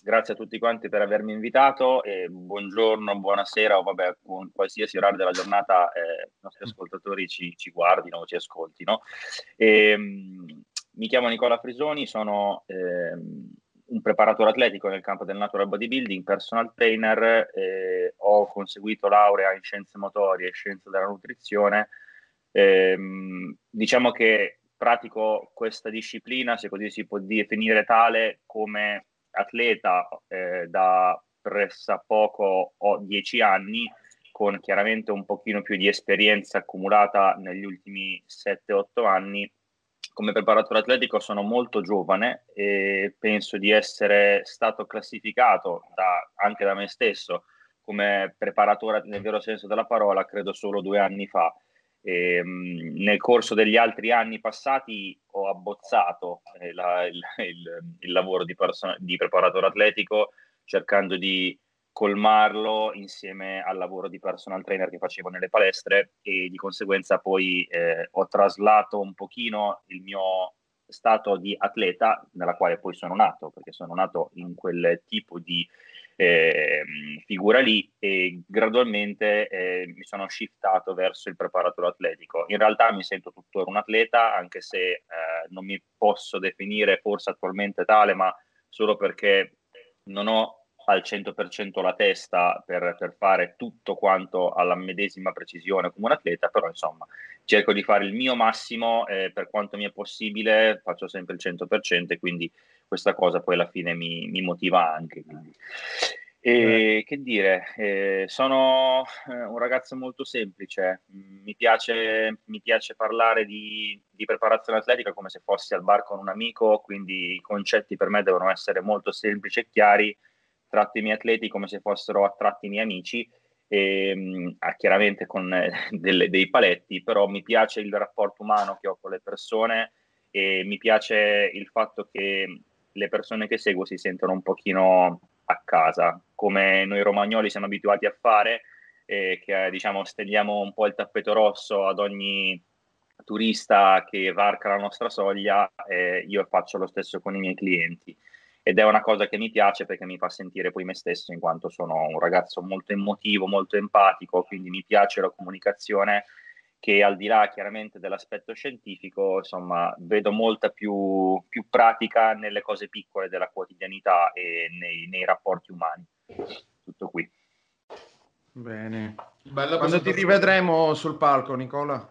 grazie a tutti quanti per avermi invitato e buongiorno, buonasera o vabbè, con qualsiasi orario della giornata i nostri ascoltatori ci guardino o ci ascoltino. Mi chiamo Nicola Frisoni, sono un preparatore atletico nel campo del natural bodybuilding, personal trainer, ho conseguito laurea in scienze motorie e scienze della nutrizione. Diciamo che pratico questa disciplina, se così si può definire tale, come atleta da pressappoco ho 10 anni, con chiaramente un pochino più di esperienza accumulata negli ultimi 7-8 anni. Come preparatore atletico sono molto giovane e penso di essere stato classificato anche da me stesso come preparatore nel vero senso della parola, credo solo 2 anni fa. Nel corso degli altri anni passati ho abbozzato il lavoro di preparatore atletico, cercando di colmarlo insieme al lavoro di personal trainer che facevo nelle palestre, e di conseguenza poi ho traslato un pochino il mio stato di atleta, nella quale poi sono nato, perché sono nato in quel tipo di figura lì, e gradualmente mi sono shiftato verso il preparatore atletico. In realtà mi sento tuttora un atleta, anche se non mi posso definire forse attualmente tale, ma solo perché non ho al 100% la testa per fare tutto quanto alla medesima precisione come un atleta, però insomma cerco di fare il mio massimo, per quanto mi è possibile faccio sempre il 100%, e quindi questa cosa poi alla fine mi motiva anche. Quindi. E che dire, sono un ragazzo molto semplice, mi piace parlare di preparazione atletica come se fossi al bar con un amico, quindi i concetti per me devono essere molto semplici e chiari, tratto i miei atleti come se fossero a tratti i miei amici, chiaramente con dei paletti, però mi piace il rapporto umano che ho con le persone, e mi piace il fatto che le persone che seguo si sentono un pochino a casa, come noi romagnoli siamo abituati a fare, che diciamo stendiamo un po' il tappeto rosso ad ogni turista che varca la nostra soglia, io faccio lo stesso con i miei clienti, ed è una cosa che mi piace perché mi fa sentire poi me stesso, in quanto sono un ragazzo molto emotivo, molto empatico, quindi mi piace la comunicazione, che al di là chiaramente dell'aspetto scientifico, insomma, vedo molta più pratica nelle cose piccole della quotidianità e nei rapporti umani. Tutto qui. Bene. Bella Quando ti presentazione. rivedremo sul palco, Nicola?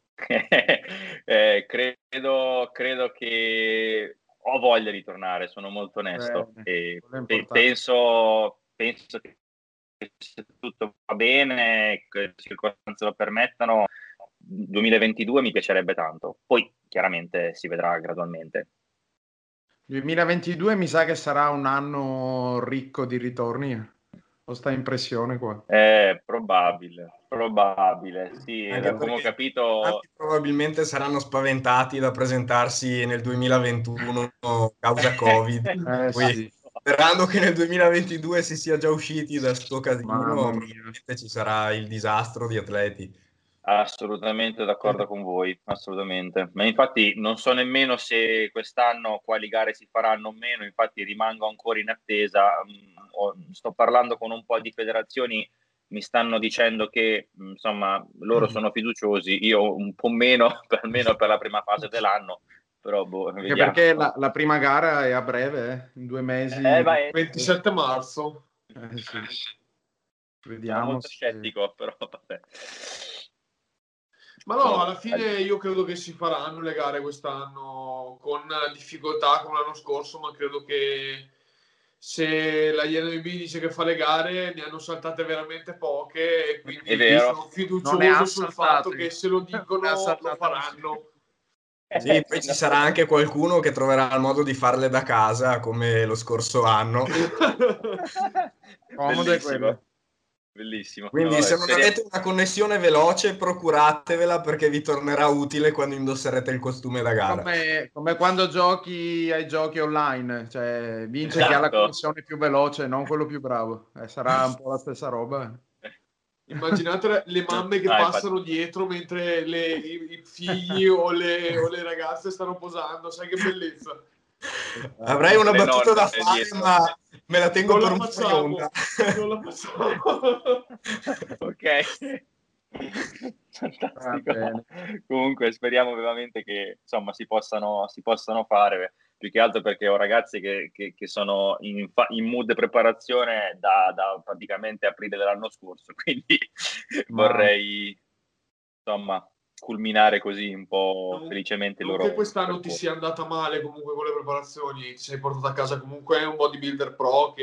Credo che ho voglia di tornare, sono molto onesto. E penso che se tutto va bene, che le circostanze lo permettano, 2022 mi piacerebbe tanto. Poi chiaramente si vedrà gradualmente. 2022 mi sa che sarà un anno ricco di ritorni. Ho sta impressione qua. Probabile, sì, Anche da come ho perché capito. tanti probabilmente saranno spaventati da presentarsi nel 2021 causa Covid. Poi, Sì. sperando che nel 2022 si sia già usciti da sto casino, Mamma mia. probabilmente ci sarà il disastro di atleti. Assolutamente d'accordo con voi, assolutamente. Ma infatti non so nemmeno se quest'anno quali gare si faranno o meno, infatti rimango ancora in attesa. Sto parlando con un po' di federazioni, mi stanno dicendo che insomma loro sono fiduciosi, io un po' meno, almeno per la prima fase dell'anno, però Anche vediamo. perché la prima gara è a breve, in 2 mesi. 27 marzo. Sì. Sono Vediamo molto scettico, però vabbè. Ma no, alla fine io credo che si faranno le gare quest'anno con difficoltà come l'anno scorso, ma credo che se la INBB dice che fa le gare ne hanno saltate veramente poche, e quindi È vero. sono Non ne fiducioso ha sul saltate. fatto che se lo dicono lo faranno. Sì, poi ci sarà anche qualcuno che troverà il modo di farle da casa come lo scorso anno. Comodo è quello. Bellissimo. Quindi Vabbè, se non avete una connessione veloce, procuratevela perché vi tornerà utile quando indosserete il costume da gara. Come quando giochi ai giochi online, cioè vince chi ha la Esatto. connessione più veloce, non quello più bravo. Sarà un po' la stessa roba. Immaginate le mamme che passano dietro mentre i figli o le ragazze stanno posando, sai che bellezza. Avrei una Le battuta nonne da fare, dietro. Me la tengo Non per la un facciamo, fuori onda. non la facciamo. Ok, fantastico. Comunque speriamo veramente che insomma si possano fare, più che altro perché ho ragazzi che sono in mood preparazione da praticamente aprile dell'anno scorso, quindi vorrei insomma culminare così un po' felicemente il Non loro che quest'anno ti percorso. sia andata male comunque con le preparazioni, ti sei portato a casa comunque un bodybuilder pro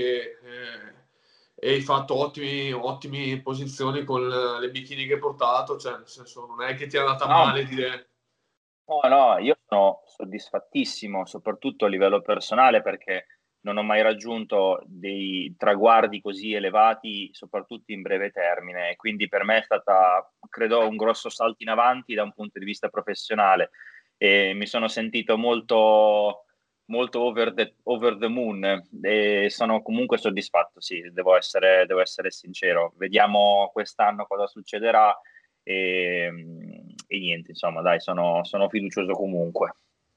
e hai fatto ottime posizioni con le bikini che hai portato, cioè nel senso non è che ti è andata No, male dire. no, io sono soddisfattissimo, soprattutto a livello personale, perché non ho mai raggiunto dei traguardi così elevati, soprattutto in breve termine, e quindi per me è stata, credo, un grosso salto in avanti da un punto di vista professionale e mi sono sentito molto, molto over the moon e sono comunque soddisfatto, sì, devo essere sincero. Vediamo quest'anno cosa succederà e, e niente, insomma, dai, sono fiducioso comunque.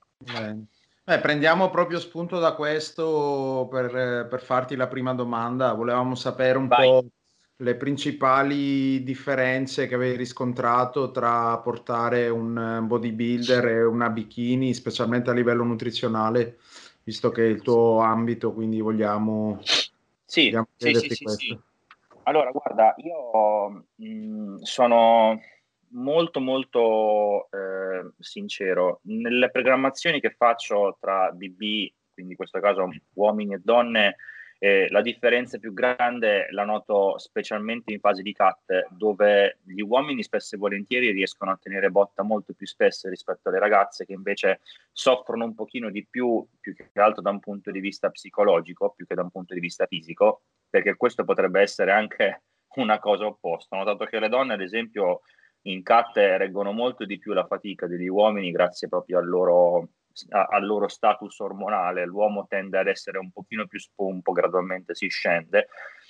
Prendiamo proprio spunto da questo per farti la prima domanda. Volevamo sapere un Vai. po' le principali differenze che avevi riscontrato tra portare un bodybuilder e una bikini, specialmente a livello nutrizionale, visto che è il tuo ambito, quindi vogliamo Sì. chiederti questo. Allora, guarda, io sono molto molto sincero. Nelle programmazioni che faccio tra BB, quindi in questo caso uomini e donne, la differenza più grande la noto specialmente in fase di cut, dove gli uomini spesso e volentieri riescono a tenere botta molto più spesso rispetto alle ragazze che invece soffrono un pochino di più che altro da un punto di vista psicologico, più che da un punto di vista fisico, perché questo potrebbe essere anche una cosa opposta. Ho notato che le donne, ad esempio, in cut reggono molto di più la fatica degli uomini grazie proprio al loro status ormonale. L'uomo tende ad essere un pochino più spompo, gradualmente si scende.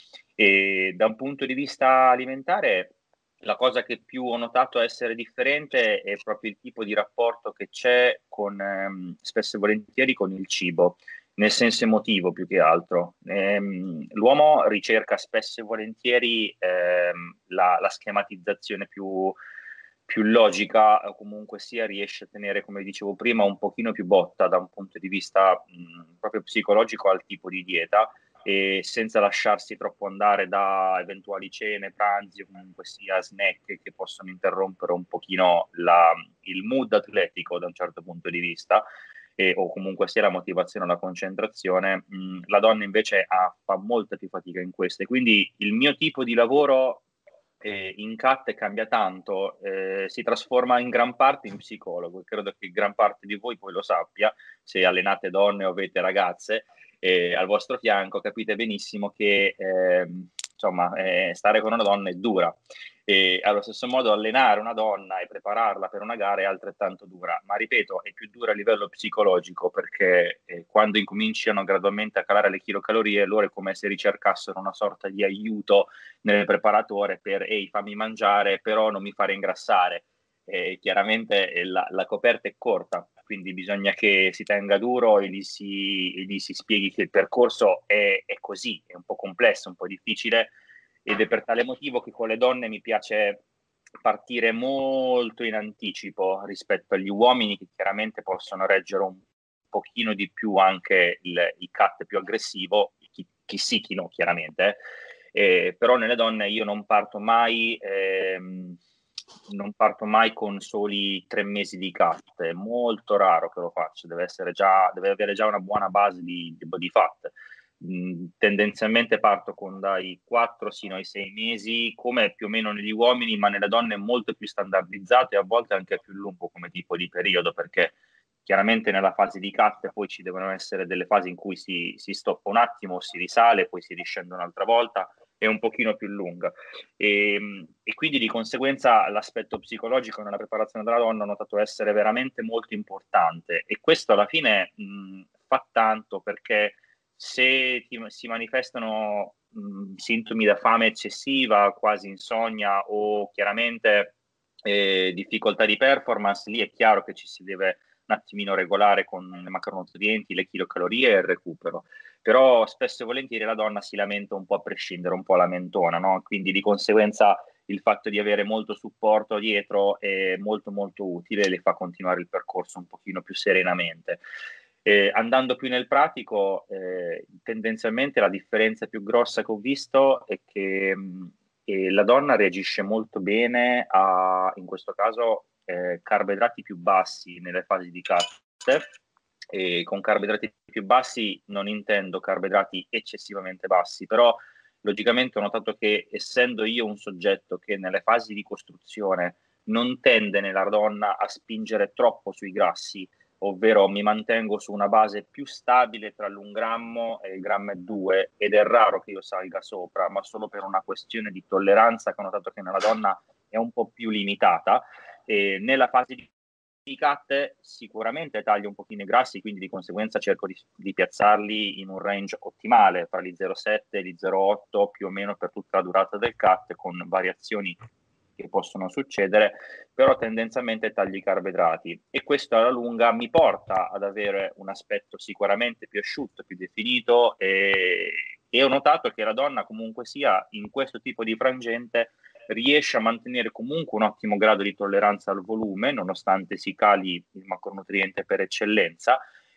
E da un punto di vista alimentare, la cosa che più ho notato essere differente è proprio il tipo di rapporto che c'è spesso e volentieri con il cibo, nel senso emotivo più che altro. L'uomo ricerca spesso e volentieri la schematizzazione più logica, o comunque sia riesce a tenere, come dicevo prima, un pochino più botta da un punto di vista proprio psicologico al tipo di dieta e senza lasciarsi troppo andare da eventuali cene, pranzi o comunque sia snack che possono interrompere un pochino il mood atletico da un certo punto di vista o comunque sia la motivazione o la concentrazione. La donna invece fa molta più fatica in questo e quindi il mio tipo di lavoro in cut cambia tanto, si trasforma in gran parte in psicologo, credo che gran parte di voi poi lo sappia, se allenate donne o avete ragazze al vostro fianco, capite benissimo che insomma stare con una donna è dura e allo stesso modo allenare una donna e prepararla per una gara è altrettanto dura, ma ripeto è più dura a livello psicologico perché quando incominciano gradualmente a calare le kilocalorie loro è come se ricercassero una sorta di aiuto nel preparatore per ehi fammi mangiare però non mi fare ingrassare. Chiaramente la coperta è corta, quindi bisogna che si tenga duro e gli si spieghi che il percorso è così, è un po' complesso, un po' difficile ed è per tale motivo che con le donne mi piace partire molto in anticipo rispetto agli uomini che chiaramente possono reggere un pochino di più anche il cut più aggressivo, chi sichino chiaramente, però nelle donne io non parto mai con soli 3 mesi di cut, è molto raro che lo faccia, deve avere già una buona base di body fat. Tendenzialmente parto con dai 4 sino ai 6 mesi, come più o meno negli uomini, ma nelle donne è molto più standardizzato e a volte anche più lungo come tipo di periodo, perché chiaramente nella fase di cut poi ci devono essere delle fasi in cui si stoppa un attimo, si risale, poi si riscende un'altra volta, è un pochino più lunga. E quindi di conseguenza l'aspetto psicologico nella preparazione della donna ho notato essere veramente molto importante e questo alla fine fa tanto perché se si manifestano sintomi da fame eccessiva, quasi insonnia o chiaramente difficoltà di performance, lì è chiaro che ci si deve attimino regolare con le macronutrienti, le chilocalorie e il recupero. Però spesso e volentieri la donna si lamenta un po' a prescindere, un po' lamentona, no? Quindi di conseguenza il fatto di avere molto supporto dietro è molto molto utile e le fa continuare il percorso un pochino più serenamente. Andando più nel pratico, tendenzialmente la differenza più grossa che ho visto è che la donna reagisce molto bene a, in questo caso, carboidrati più bassi nelle fasi di cut. E con carboidrati più bassi non intendo carboidrati eccessivamente bassi, però logicamente ho notato che essendo io un soggetto che nelle fasi di costruzione non tende nella donna a spingere troppo sui grassi, ovvero mi mantengo su una base più stabile tra l'1 grammo e il grammo e 2, ed è raro che io salga sopra, ma solo per una questione di tolleranza che ho notato che nella donna è un po' più limitata. E nella fase di cut sicuramente taglio un pochino i grassi, quindi di conseguenza cerco di piazzarli in un range ottimale fra gli 0,7 e gli 0,8 più o meno per tutta la durata del cut, con variazioni che possono succedere, però tendenzialmente taglio i carboidrati, e questo alla lunga mi porta ad avere un aspetto sicuramente più asciutto, più definito, e ho notato che la donna comunque sia in questo tipo di frangente riesce a mantenere comunque un ottimo grado di tolleranza al volume, nonostante si cali il macronutriente per eccellenza,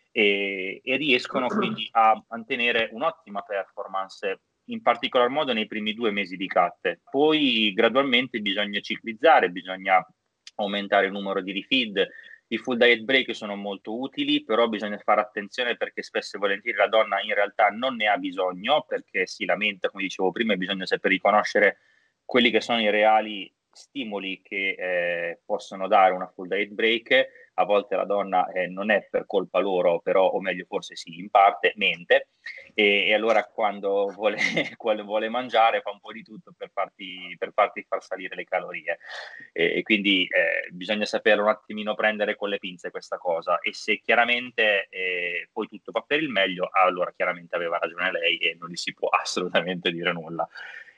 e riescono quindi a mantenere un'ottima performance, in particolar modo nei primi 2 mesi di cut. Poi gradualmente bisogna ciclizzare, bisogna aumentare il numero di refeed. I full diet break sono molto utili, però bisogna fare attenzione perché spesso e volentieri la donna in realtà non ne ha bisogno, perché si lamenta, come dicevo prima, e bisogna saper riconoscere quelli che sono i reali stimoli che possono dare una full diet break. A volte la donna non è per colpa loro, però, o meglio forse sì, in parte mente, e allora quando vuole mangiare fa un po' di tutto per farti far salire le calorie, e quindi bisogna saperlo un attimino prendere con le pinze questa cosa, e se chiaramente poi tutto va per il meglio, allora chiaramente aveva ragione lei e non gli si può assolutamente dire nulla.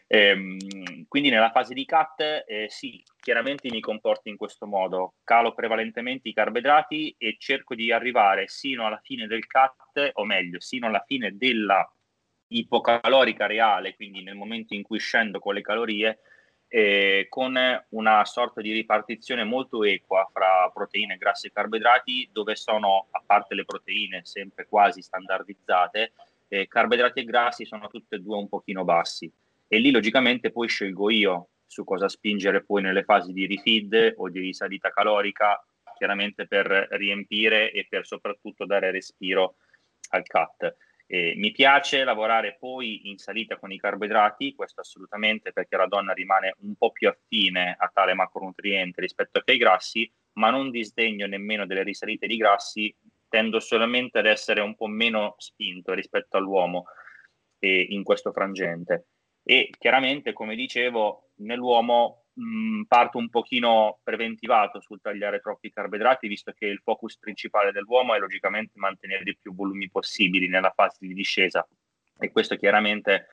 Quindi nella fase di cut sì, chiaramente mi comporto in questo modo, calo prevalentemente i carboidrati e cerco di arrivare sino alla fine del cut, o meglio sino alla fine della ipocalorica reale, quindi nel momento in cui scendo con le calorie, con una sorta di ripartizione molto equa fra proteine, grassi e carboidrati, dove sono, a parte le proteine sempre quasi standardizzate, carboidrati e grassi sono tutte e due un pochino bassi, e lì logicamente poi scelgo io su cosa spingere poi nelle fasi di refeed o di risalita calorica, chiaramente per riempire e per soprattutto dare respiro al cut. Mi piace lavorare poi in salita con i carboidrati, questo assolutamente, perché la donna rimane un po' più affine a tale macronutriente rispetto ai grassi, ma non disdegno nemmeno delle risalite di grassi, tendo solamente ad essere un po' meno spinto rispetto all'uomo in questo frangente. E chiaramente, come dicevo, nell'uomo parto un pochino preventivato sul tagliare troppi carboidrati, visto che il focus principale dell'uomo è logicamente mantenere i più volumi possibili nella fase di discesa, e questo chiaramente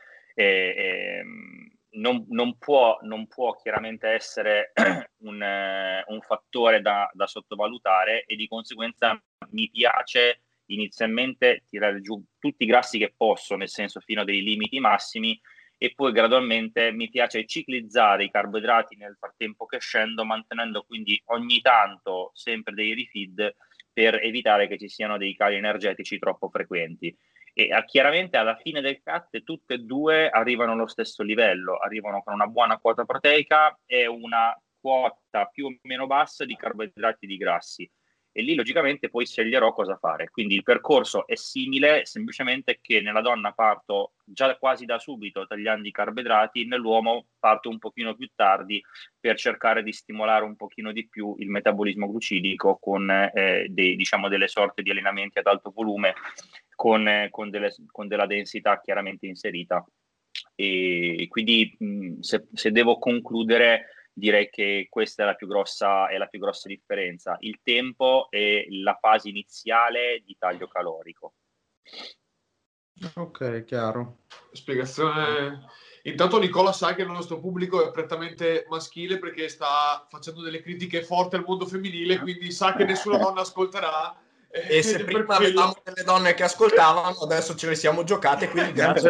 non può chiaramente essere un fattore da sottovalutare, e di conseguenza mi piace inizialmente tirare giù tutti i grassi che posso, nel senso fino a dei limiti massimi, e poi gradualmente mi piace ciclizzare i carboidrati nel frattempo che scendo, mantenendo quindi ogni tanto sempre dei refeed per evitare che ci siano dei cali energetici troppo frequenti. E chiaramente alla fine del cut tutte e due arrivano allo stesso livello, arrivano con una buona quota proteica e una quota più o meno bassa di carboidrati e di grassi, e lì logicamente poi sceglierò cosa fare. Quindi il percorso è simile, semplicemente che nella donna parto già quasi da subito tagliando i carboidrati, nell'uomo parto un pochino più tardi per cercare di stimolare un pochino di più il metabolismo glucidico con diciamo delle sorte di allenamenti ad alto volume con della densità chiaramente inserita. E quindi se devo concludere, direi che questa è la più grossa differenza, il tempo e la fase iniziale di taglio calorico. Ok, chiaro. Spiegazione Intanto Nicola sa che il nostro pubblico è prettamente maschile perché sta facendo delle critiche forti al mondo femminile, quindi sa che nessuna donna ascolterà. E se prima avevamo delle donne che ascoltavano, adesso ce le siamo giocate, quindi grazie.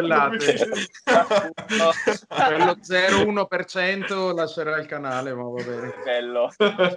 Quello 0,1% lascerà il canale, ma va bene. Bello.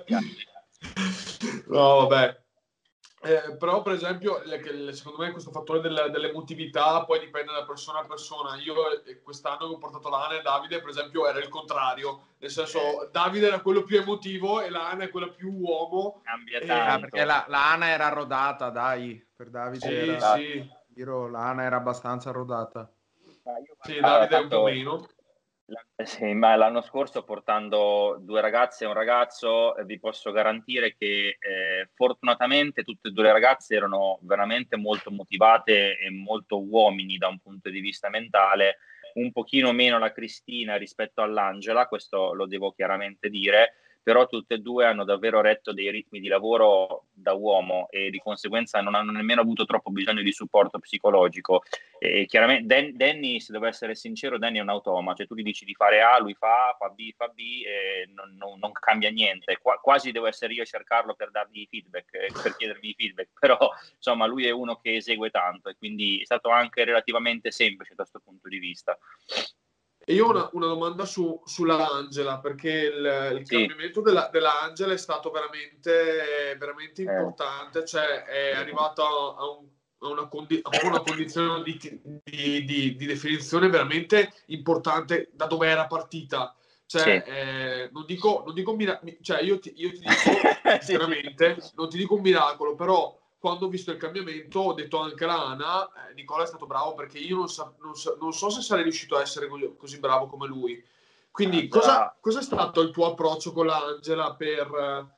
No, vabbè. Però per esempio secondo me questo fattore dell'emotività poi dipende da persona a persona. Io quest'anno che ho portato l'Ana e Davide per esempio era il contrario, nel senso Davide era quello più emotivo e l'Ana è quella più uomo. Cambia tanto. Perché la Ana era rodata, dai, per Davide sì. la Ana era abbastanza rodata. Sì, Davide è un po' meno. Sì, ma l'anno scorso portando 2 ragazze e un ragazzo vi posso garantire che fortunatamente tutte e 2 le ragazze erano veramente molto motivate e molto uomini da un punto di vista mentale, un pochino meno la Cristina rispetto all'Angela, questo lo devo chiaramente dire, però tutte e 2 hanno davvero retto dei ritmi di lavoro da uomo e di conseguenza non hanno nemmeno avuto troppo bisogno di supporto psicologico. E chiaramente Danny, se devo essere sincero, Danny è un automa, cioè tu gli dici di fare A, lui fa A, fa B e non cambia niente. Quasi devo essere io a cercarlo per dargli feedback, per chiedergli feedback, però insomma lui è uno che esegue tanto e quindi è stato anche relativamente semplice da questo punto di vista. E io ho una domanda sulla Angela, perché il cambiamento della Angela è stato veramente, veramente importante, cioè è arrivata a una condizione di definizione veramente importante da dove era partita. Cioè, non dico cioè io ti dico sinceramente, non ti dico un miracolo, però quando ho visto il cambiamento ho detto anche a Ana, Nicola è stato bravo perché io non so se sarei riuscito a essere così bravo come lui. Quindi cosa è stato il tuo approccio con l'Angela per...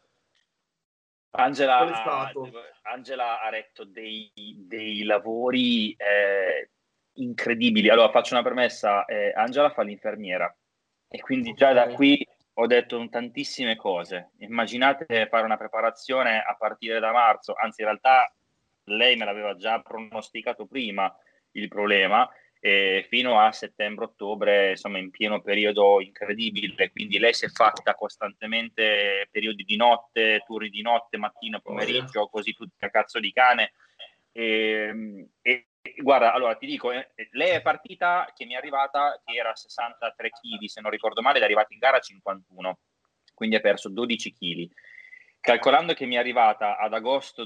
Angela ha retto dei lavori incredibili. Allora faccio una premessa, Angela fa l'infermiera e quindi già da qui ho detto tantissime cose. Immaginate fare una preparazione a partire da marzo, anzi in realtà lei me l'aveva già pronosticato prima il problema, fino a settembre-ottobre, insomma in pieno periodo incredibile, quindi lei si è fatta costantemente periodi di notte, turni di notte, mattina, pomeriggio, così tutti a cazzo di cane. E guarda, allora ti dico, lei è partita che mi è arrivata che era 63 kg, se non ricordo male, ed è arrivata in gara a 51, quindi ha perso 12 kg. Calcolando che mi è arrivata ad agosto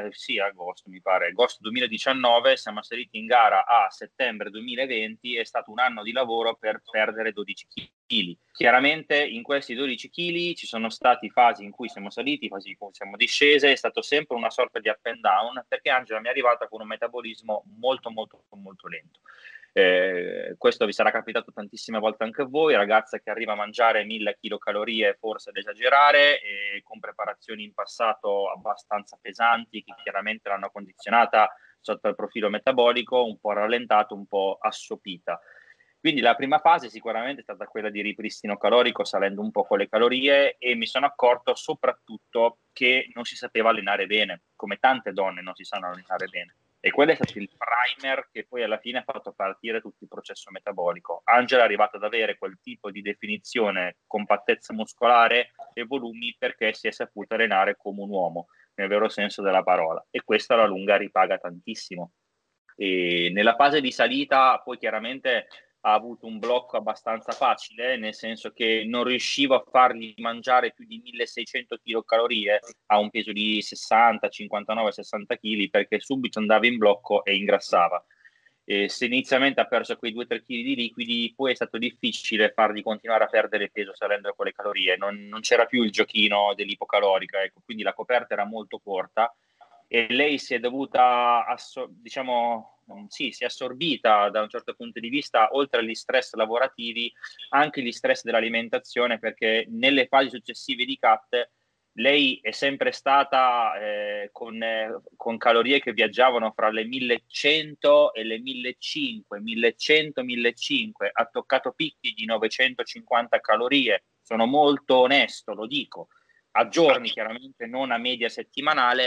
2019, siamo saliti in gara a settembre 2020, è stato un anno di lavoro per perdere 12 kg. Chiaramente in questi 12 kg ci sono stati fasi in cui siamo saliti, fasi in cui siamo discese, è stato sempre una sorta di up and down, perché Angela mi è arrivata con un metabolismo molto molto molto lento. Questo vi sarà capitato tantissime volte anche a voi, ragazza che arriva a mangiare 1000 kcal forse ad esagerare, con preparazioni in passato abbastanza pesanti che chiaramente l'hanno condizionata sotto il profilo metabolico, un po' rallentato, un po' assopita. Quindi la prima fase sicuramente è stata quella di ripristino calorico, salendo un po' con le calorie, e mi sono accorto soprattutto che non si sapeva allenare bene, come tante donne non si sanno allenare bene. E quello è stato il primer che poi alla fine ha fatto partire tutto il processo metabolico. Angela è arrivata ad avere quel tipo di definizione, compattezza muscolare e volumi perché si è saputa allenare come un uomo, nel vero senso della parola. E questo alla lunga ripaga tantissimo. E nella fase di salita poi chiaramente ha avuto un blocco abbastanza facile, nel senso che non riuscivo a fargli mangiare più di 1600 kcal a un peso di 60, 59, 60 kg, perché subito andava in blocco e ingrassava. E se inizialmente ha perso quei 2-3 kg di liquidi, poi è stato difficile fargli continuare a perdere peso salendo con le calorie, non c'era più il giochino dell'ipocalorica, ecco, quindi la coperta era molto corta e lei si è dovuta, si è assorbita da un certo punto di vista, oltre agli stress lavorativi, anche gli stress dell'alimentazione, perché nelle fasi successive di cut lei è sempre stata con calorie che viaggiavano fra le 1100 e le 1500, 1100, 1500, ha toccato picchi di 950 calorie, sono molto onesto, lo dico, a giorni chiaramente, non a media settimanale,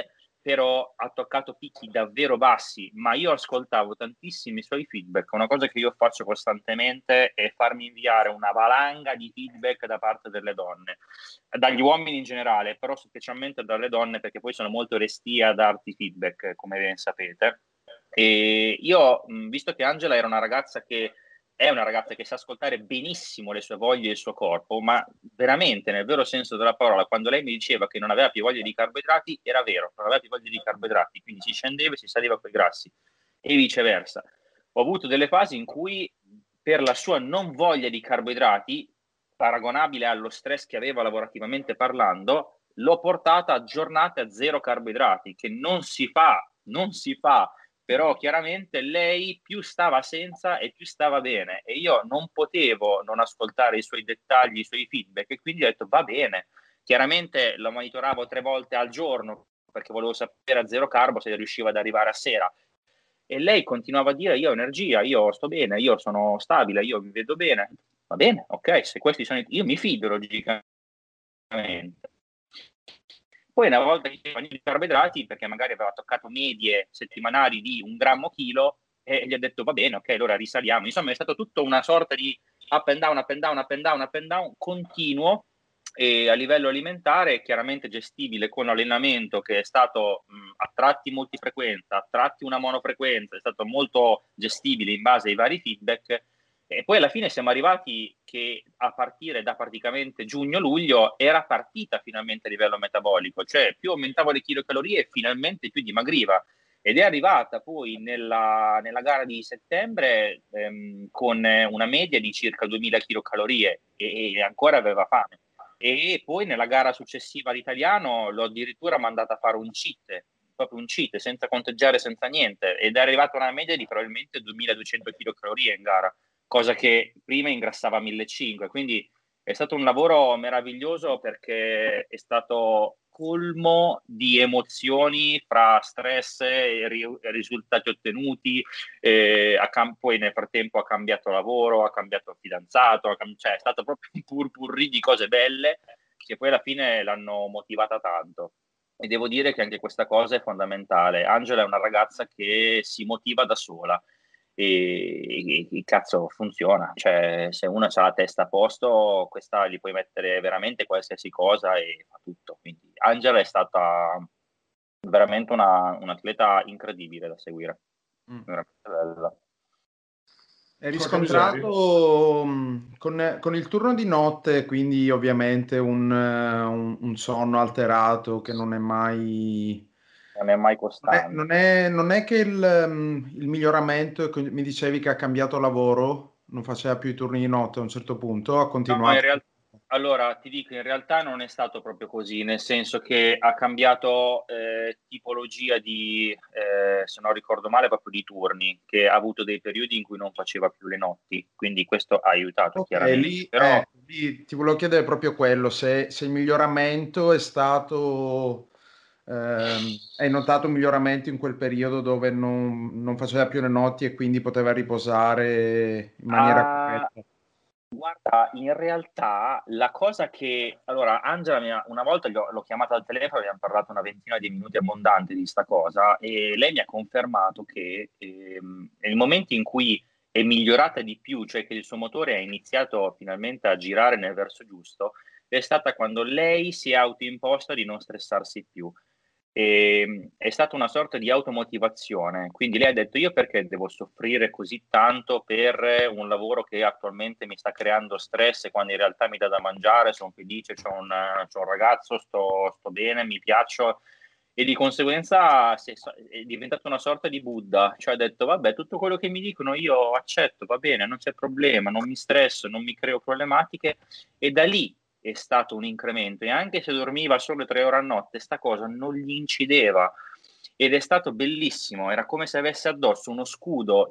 però ha toccato picchi davvero bassi, ma io ascoltavo tantissimi suoi feedback. Una cosa che io faccio costantemente è farmi inviare una valanga di feedback da parte delle donne, dagli uomini in generale, però specialmente dalle donne, perché poi sono molto restie a darti feedback, come ben sapete. E io, visto che Angela era una ragazza che è una ragazza che sa ascoltare benissimo le sue voglie e il suo corpo, ma veramente nel vero senso della parola, quando lei mi diceva che non aveva più voglia di carboidrati, era vero, non aveva più voglia di carboidrati, quindi si scendeva e si saliva con i grassi e viceversa. Ho avuto delle fasi in cui per la sua non voglia di carboidrati, paragonabile allo stress che aveva lavorativamente parlando, l'ho portata a giornate a zero carboidrati, che non si fa, però chiaramente lei più stava senza e più stava bene, e io non potevo non ascoltare i suoi dettagli, i suoi feedback, e quindi ho detto va bene. Chiaramente lo monitoravo 3 volte al giorno perché volevo sapere a zero carbo se riusciva ad arrivare a sera, e lei continuava a dire io ho energia, io sto bene, io sono stabile, io mi vedo bene. Va bene, ok, se questi sono io mi fido logicamente. Poi una volta che faceva i carboidrati, perché magari aveva toccato medie settimanali di 1 grammo chilo, e gli ho detto va bene, ok, allora risaliamo. Insomma, è stato tutto una sorta di up and down, up and down, up and down, up and down continuo, e a livello alimentare chiaramente gestibile con allenamento che è stato a tratti multifrequenza, a tratti una monofrequenza, è stato molto gestibile in base ai vari feedback. E poi alla fine siamo arrivati che a partire da praticamente giugno-luglio era partita finalmente a livello metabolico, cioè più aumentavo le chilocalorie finalmente più dimagriva, ed è arrivata poi nella gara di settembre con una media di circa 2000 chilocalorie e ancora aveva fame. E poi nella gara successiva all'italiano l'ho addirittura mandata a fare un cheat, proprio un cheat, senza conteggiare, senza niente, ed è arrivata una media di probabilmente 2200 kcal in gara, cosa che prima ingrassava 1500, quindi è stato un lavoro meraviglioso perché è stato colmo di emozioni fra stress e risultati ottenuti. Poi nel frattempo ha cambiato lavoro, ha cambiato fidanzato, cioè è stato proprio un purpurri di cose belle che poi alla fine l'hanno motivata tanto. E devo dire che anche questa cosa è fondamentale. Angela è una ragazza che si motiva da sola e cazzo funziona, cioè se uno ha la testa a posto, questa gli puoi mettere veramente qualsiasi cosa e fa tutto. Quindi Angela è stata veramente un atleta incredibile da seguire, veramente bella. È riscontrato con il turno di notte, quindi ovviamente un sonno alterato che non è mai Costante. non è che il miglioramento, mi dicevi che ha cambiato lavoro, non faceva più i turni di notte a un certo punto, ha No, continuato. allora ti dico, in realtà non è stato proprio così, nel senso che ha cambiato tipologia di, se non ricordo male, proprio di turni, che ha avuto dei periodi in cui non faceva più le notti, quindi questo ha aiutato Ok, chiaramente. Però lì ti volevo chiedere proprio quello, se il miglioramento è stato, hai notato un miglioramento in quel periodo dove non faceva più le notti e quindi poteva riposare in maniera corretta. guarda, in realtà la cosa che... Allora, Angela una volta l'ho chiamata al telefono, abbiamo parlato una ventina di minuti abbondanti di sta cosa, e lei mi ha confermato che nel momento in cui è migliorata di più, cioè che il suo motore ha iniziato finalmente a girare nel verso giusto, è stata quando lei si è autoimposta di non stressarsi più. È stata una sorta di automotivazione, quindi lei ha detto io perché devo soffrire così tanto per un lavoro che attualmente mi sta creando stress, quando in realtà mi dà da mangiare, sono felice, c'ho un ragazzo, sto bene, mi piaccio, e di conseguenza è diventato una sorta di Buddha, cioè ha detto vabbè, tutto quello che mi dicono io accetto, va bene, non c'è problema, non mi stresso, non mi creo problematiche, e da lì è stato un incremento, e anche se dormiva solo 3 ore a notte, sta cosa non gli incideva, ed è stato bellissimo, era come se avesse addosso uno scudo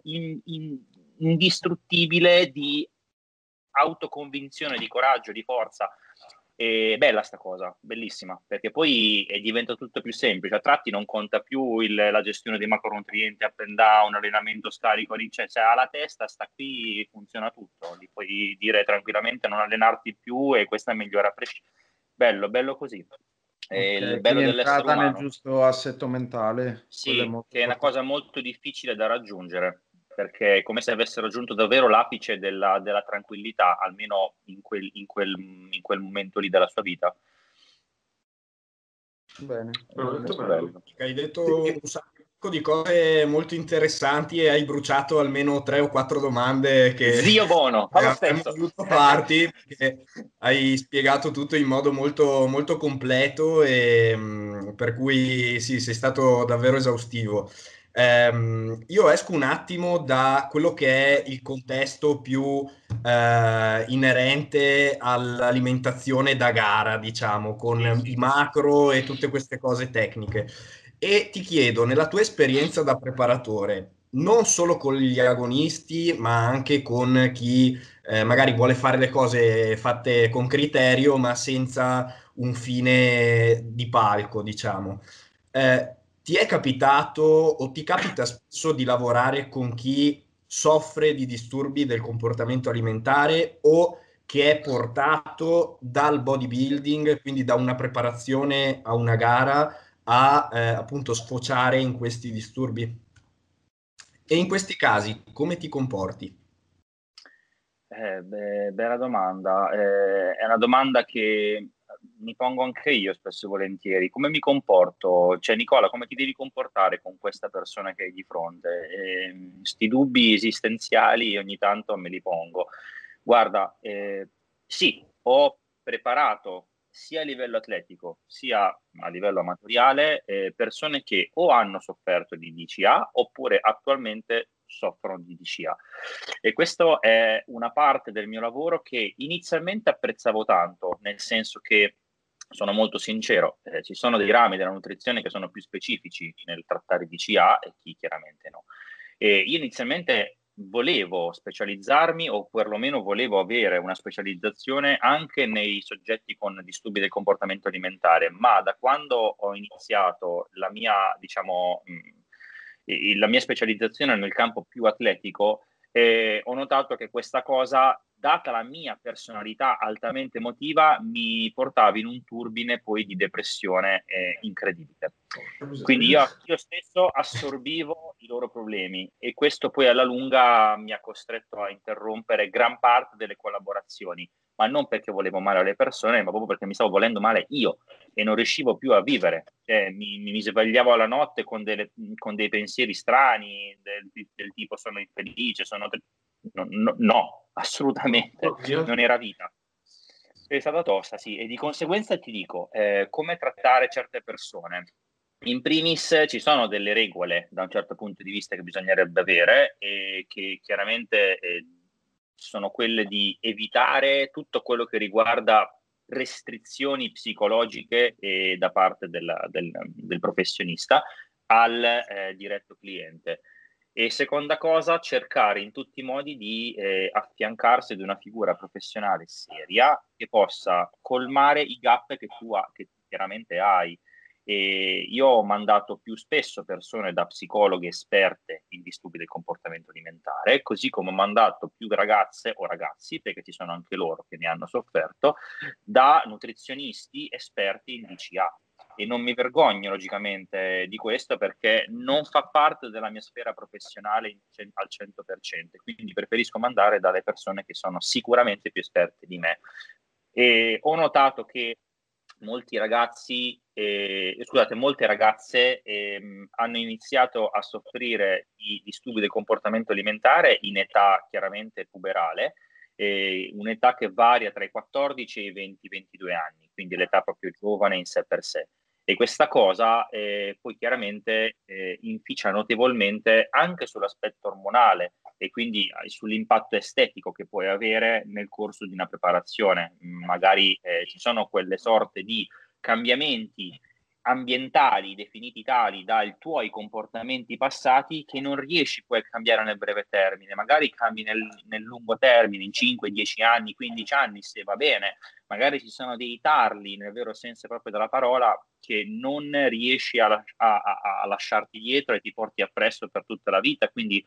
indistruttibile di autoconvinzione, di coraggio, di forza. E bella sta cosa, bellissima, perché poi è diventato tutto più semplice. A tratti non conta più la gestione dei macronutrienti, up and down, allenamento scarico, cioè se ha la testa sta qui, funziona tutto, gli puoi dire tranquillamente non allenarti più e questa migliora a prescindere. Bello così. Il Ok, bello quindi è dell'essere entrata nel umano, giusto assetto mentale, quello è sì, molto che è una importante. cosa molto difficile da raggiungere, perché è come se avesse raggiunto davvero l'apice della tranquillità, almeno in quel momento lì della sua vita. Bene, Veramente Molto bello. bello. Hai detto Sì. un sacco di cose molto interessanti e hai bruciato almeno 3 o 4 domande che Zio Bono, fa lo avremmo stesso. voluto farti, perché hai spiegato tutto in modo molto, molto completo e per cui sì, sei stato davvero esaustivo. Io esco un attimo da quello che è il contesto più inerente all'alimentazione da gara, diciamo, con Sì, i sì. macro e tutte queste cose tecniche. E ti chiedo, nella tua esperienza da preparatore, non solo con gli agonisti, ma anche con chi magari vuole fare le cose fatte con criterio, ma senza un fine di palco, diciamo. Ti è capitato o ti capita spesso di lavorare con chi soffre di disturbi del comportamento alimentare o che è portato dal bodybuilding, quindi da una preparazione a una gara, a appunto sfociare in questi disturbi? E in questi casi come ti comporti? Bella domanda. È una domanda che mi pongo anche io spesso e volentieri. Come mi comporto? Cioè, Nicola, come ti devi comportare con questa persona che hai di fronte? Sti dubbi esistenziali ogni tanto me li pongo. Guarda, sì, ho preparato sia a livello atletico sia a livello amatoriale persone che o hanno sofferto di DCA oppure attualmente soffrono di DCA. E questo è una parte del mio lavoro che inizialmente apprezzavo tanto, nel senso che sono molto sincero, ci sono dei rami della nutrizione che sono più specifici nel trattare DCA e chi chiaramente no. E io inizialmente volevo specializzarmi o perlomeno volevo avere una specializzazione anche nei soggetti con disturbi del comportamento alimentare, ma da quando ho iniziato la mia, diciamo, la mia specializzazione nel campo più atletico, ho notato che questa cosa, data la mia personalità altamente emotiva, mi portava in un turbine poi di depressione incredibile. Quindi io stesso assorbivo i loro problemi e questo poi alla lunga mi ha costretto a interrompere gran parte delle collaborazioni, ma non perché volevo male alle persone, ma proprio perché mi stavo volendo male io e non riuscivo più a vivere. Cioè, mi svegliavo alla notte con dei pensieri strani, del tipo sono infelice, no, assolutamente, non era vita. È stata tosta, sì, e di conseguenza ti dico, come trattare certe persone. In primis ci sono delle regole da un certo punto di vista che bisognerebbe avere e che chiaramente sono quelle di evitare tutto quello che riguarda restrizioni psicologiche da parte del professionista al diretto cliente. E seconda cosa, cercare in tutti i modi di affiancarsi ad una figura professionale seria che possa colmare i gap che tu chiaramente hai. E io ho mandato più spesso persone da psicologhe esperte in disturbi del comportamento alimentare, così come ho mandato più ragazze o ragazzi, perché ci sono anche loro che ne hanno sofferto, da nutrizionisti esperti in DCA. E non mi vergogno logicamente di questo perché non fa parte della mia sfera professionale al 100%, quindi preferisco mandare dalle persone che sono sicuramente più esperte di me. E ho notato che molti ragazzi, scusate, molte ragazze hanno iniziato a soffrire di disturbi del comportamento alimentare in età chiaramente puberale, un'età che varia tra i 14 e i 20-22 anni, quindi l'età proprio giovane in sé per sé. E questa cosa poi chiaramente inficia notevolmente anche sull'aspetto ormonale e quindi sull'impatto estetico che puoi avere nel corso di una preparazione. Magari ci sono quelle sorte di cambiamenti ambientali definiti tali dai tuoi comportamenti passati che non riesci poi a cambiare nel breve termine, magari cambi nel lungo termine, in 5, 10 anni, 15 anni, se va bene, magari ci sono dei tarli, nel vero senso proprio della parola, che non riesci a lasciarti dietro e ti porti appresso per tutta la vita, quindi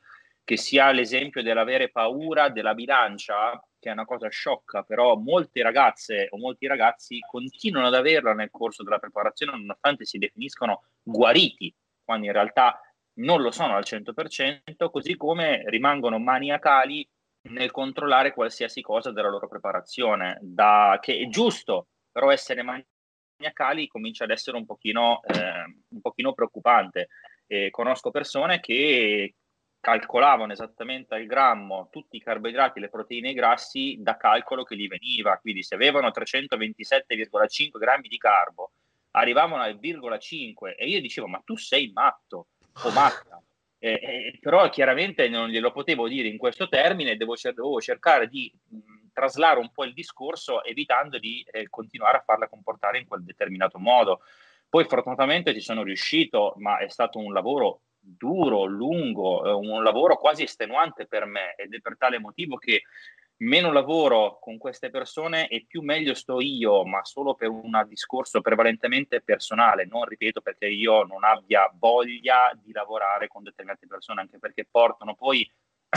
che sia l'esempio dell'avere paura della bilancia, che è una cosa sciocca, però molte ragazze o molti ragazzi continuano ad averla nel corso della preparazione, nonostante si definiscono guariti, quando in realtà non lo sono al 100%, così come rimangono maniacali nel controllare qualsiasi cosa della loro preparazione, che è giusto, però essere maniacali comincia ad essere un pochino preoccupante. Conosco persone che calcolavano esattamente al grammo tutti i carboidrati, le proteine e i grassi da calcolo che gli veniva, quindi se avevano 327,5 grammi di carbo, arrivavano al 0,5 e io dicevo ma tu sei matto o matta, però chiaramente non glielo potevo dire in questo termine, dovevo cercare di traslare un po' il discorso evitando di continuare a farla comportare in quel determinato modo. Poi fortunatamente ci sono riuscito, ma è stato un lavoro duro, lungo, un lavoro quasi estenuante per me, ed è per tale motivo che meno lavoro con queste persone e più meglio sto io, ma solo per un discorso prevalentemente personale, non ripeto perché io non abbia voglia di lavorare con determinate persone, anche perché portano poi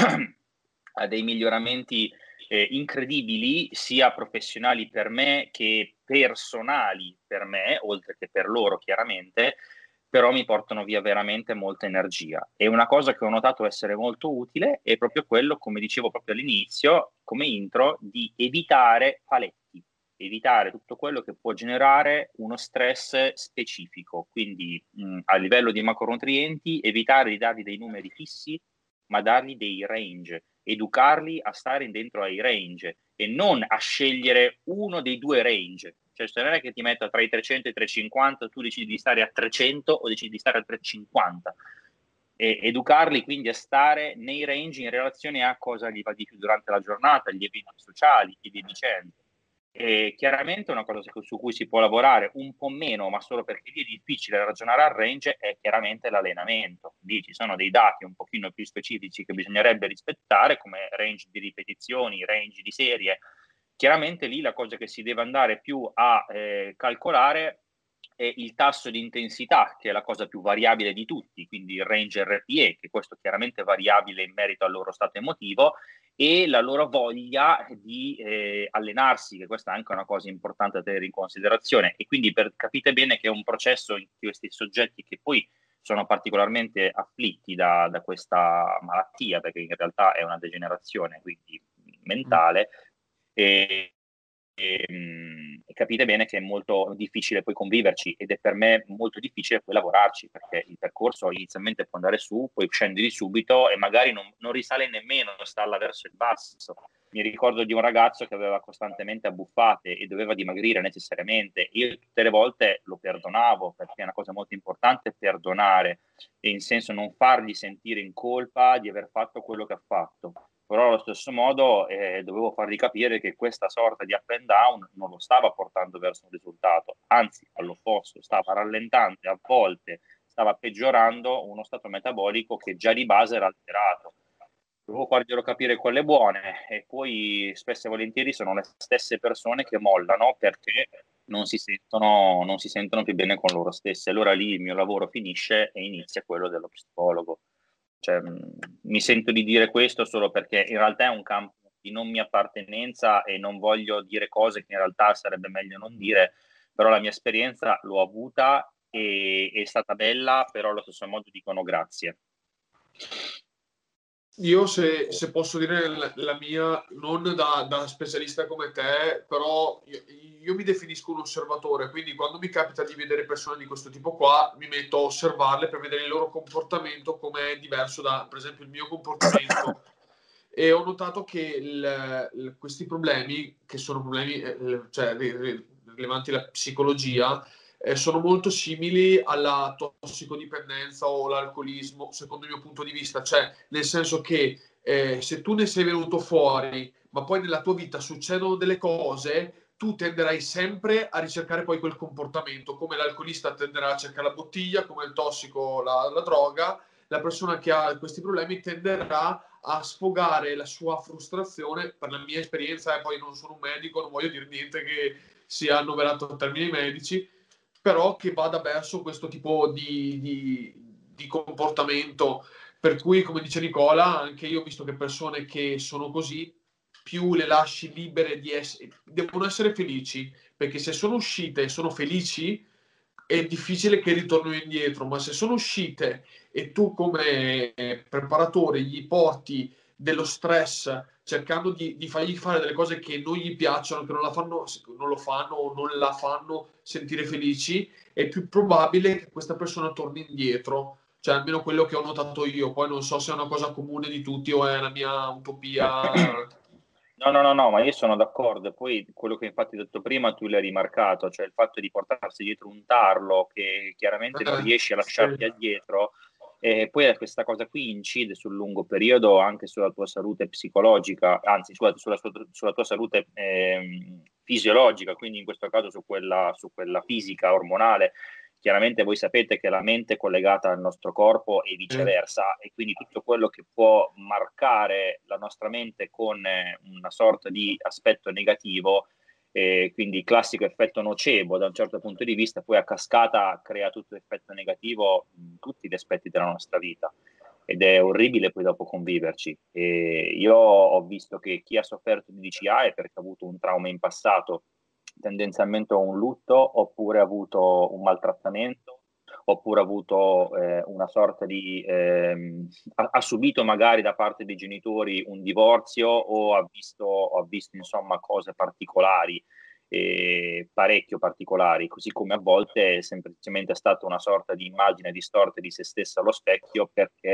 a dei miglioramenti incredibili, sia professionali per me che personali per me, oltre che per loro chiaramente, però mi portano via veramente molta energia. E una cosa che ho notato essere molto utile è proprio quello, come dicevo proprio all'inizio, come intro, di evitare paletti, evitare tutto quello che può generare uno stress specifico. Quindi a livello di macronutrienti, evitare di dargli dei numeri fissi, ma dargli dei range, educarli a stare dentro ai range e non a scegliere uno dei due range. Cioè, se non è che ti metto tra i 300 e i 350, tu decidi di stare a 300 o decidi di stare a 350. E educarli quindi a stare nei range in relazione a cosa gli va di più durante la giornata, gli eventi sociali e via dicendo. E chiaramente una cosa su cui si può lavorare un po' meno, ma solo perché lì è difficile ragionare al range, è chiaramente l'allenamento. Lì ci sono dei dati un pochino più specifici che bisognerebbe rispettare, come range di ripetizioni, range di serie. Chiaramente lì la cosa che si deve andare più a calcolare è il tasso di intensità, che è la cosa più variabile di tutti, quindi il range RPE, che questo chiaramente è variabile in merito al loro stato emotivo, e la loro voglia di allenarsi, che questa è anche una cosa importante da tenere in considerazione. E quindi capite bene che è un processo in questi soggetti che poi sono particolarmente afflitti da questa malattia, perché in realtà è una degenerazione quindi mentale, e capite bene che è molto difficile poi conviverci, ed è per me molto difficile poi lavorarci, perché il percorso inizialmente può andare su, poi scendi subito e magari non risale nemmeno, stalla verso il basso. Mi ricordo di un ragazzo che aveva costantemente abbuffate e doveva dimagrire necessariamente. Io tutte le volte lo perdonavo, perché è una cosa molto importante perdonare, e in senso non fargli sentire in colpa di aver fatto quello che ha fatto. Però allo stesso modo dovevo fargli capire che questa sorta di up and down non lo stava portando verso un risultato, anzi all'opposto, stava rallentando e a volte stava peggiorando uno stato metabolico che già di base era alterato. Dovevo farglielo capire quelle buone, e poi spesso e volentieri sono le stesse persone che mollano perché non si sentono più bene con loro stesse. Allora lì il mio lavoro finisce e inizia quello dello psicologo. Cioè, mi sento di dire questo solo perché in realtà è un campo di non mia appartenenza e non voglio dire cose che in realtà sarebbe meglio non dire, però la mia esperienza l'ho avuta e è stata bella, però allo stesso modo dicono grazie. Io se posso dire la mia, non da specialista come te, però io mi definisco un osservatore, quindi quando mi capita di vedere persone di questo tipo qua, mi metto a osservarle per vedere il loro comportamento come è diverso da, per esempio, il mio comportamento. E ho notato che questi problemi, che sono problemi cioè, rilevanti alla psicologia, sono molto simili alla tossicodipendenza o l'alcolismo, secondo il mio punto di vista. Cioè, nel senso che se tu ne sei venuto fuori, ma poi nella tua vita succedono delle cose, tu tenderai sempre a ricercare poi quel comportamento, come l'alcolista tenderà a cercare la bottiglia, come il tossico la droga. La persona che ha questi problemi tenderà a sfogare la sua frustrazione, per la mia esperienza, e poi non sono un medico, non voglio dire niente che sia annoverato a termini medici, però che vada verso questo tipo di comportamento Per cui, come dice Nicola, anche io ho visto che persone che sono così, più le lasci libere di essere, devono essere felici, perché se sono uscite e sono felici, è difficile che ritornino indietro, ma se sono uscite e tu come preparatore gli porti dello stress cercando di fargli fare delle cose che non gli piacciono, che non lo fanno o non la fanno sentire felici, è più probabile che questa persona torni indietro. Cioè, almeno quello che ho notato io. Poi non so se è una cosa comune di tutti o è la mia utopia. No, ma io sono d'accordo. Poi quello che infatti ho detto prima, tu l'hai rimarcato, cioè il fatto di portarsi dietro un tarlo che chiaramente non riesci a lasciarti Sì. addietro, e poi questa cosa qui incide sul lungo periodo anche sulla tua salute psicologica, anzi sulla tua salute fisiologica, quindi in questo caso su quella fisica, ormonale. Chiaramente voi sapete che la mente è collegata al nostro corpo e viceversa, e quindi tutto quello che può marcare la nostra mente con una sorta di aspetto negativo, quindi classico effetto nocebo da un certo punto di vista, poi a cascata crea tutto effetto negativo in tutti gli aspetti della nostra vita, ed è orribile poi dopo conviverci. E io ho visto che chi ha sofferto di DCA è perché ha avuto un trauma in passato, tendenzialmente un lutto, oppure ha avuto un maltrattamento, oppure ha avuto una sorta di ha subito magari da parte dei genitori un divorzio, o ha visto insomma cose particolari, parecchio particolari, così come a volte è semplicemente stata una sorta di immagine distorta di se stessa allo specchio perché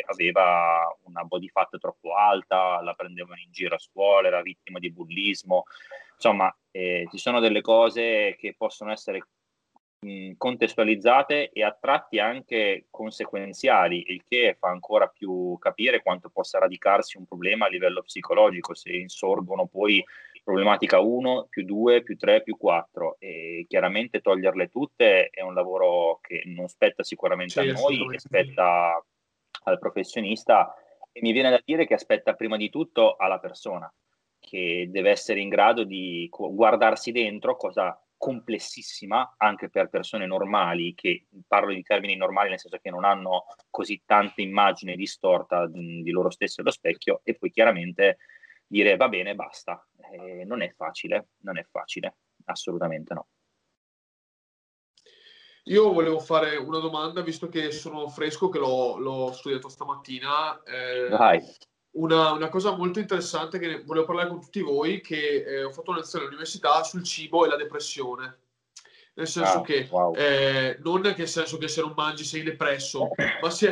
aveva una body fat troppo alta, la prendevano in giro a scuola, era vittima di bullismo. Insomma, ci sono delle cose che possono essere contestualizzate e a tratti anche conseguenziali, il che fa ancora più capire quanto possa radicarsi un problema a livello psicologico se insorgono poi problematica 1, più 2, più 3, più 4, e chiaramente toglierle tutte è un lavoro che non spetta sicuramente a noi, e spetta al professionista, e mi viene da dire che aspetta prima di tutto alla persona, che deve essere in grado di guardarsi dentro, cosa complessissima anche per persone normali, che parlo di termini normali nel senso che non hanno così tanta immagine distorta di loro stessi allo specchio, e poi chiaramente dire va bene, basta. Non è facile, assolutamente no. Io volevo fare una domanda, visto che sono fresco, che l'ho studiato stamattina. Vai. Una cosa molto interessante che volevo parlare con tutti voi, che ho fatto una lezione all'università sul cibo e la depressione. Nel senso che, wow. non nel senso che se non mangi sei depresso, ma se...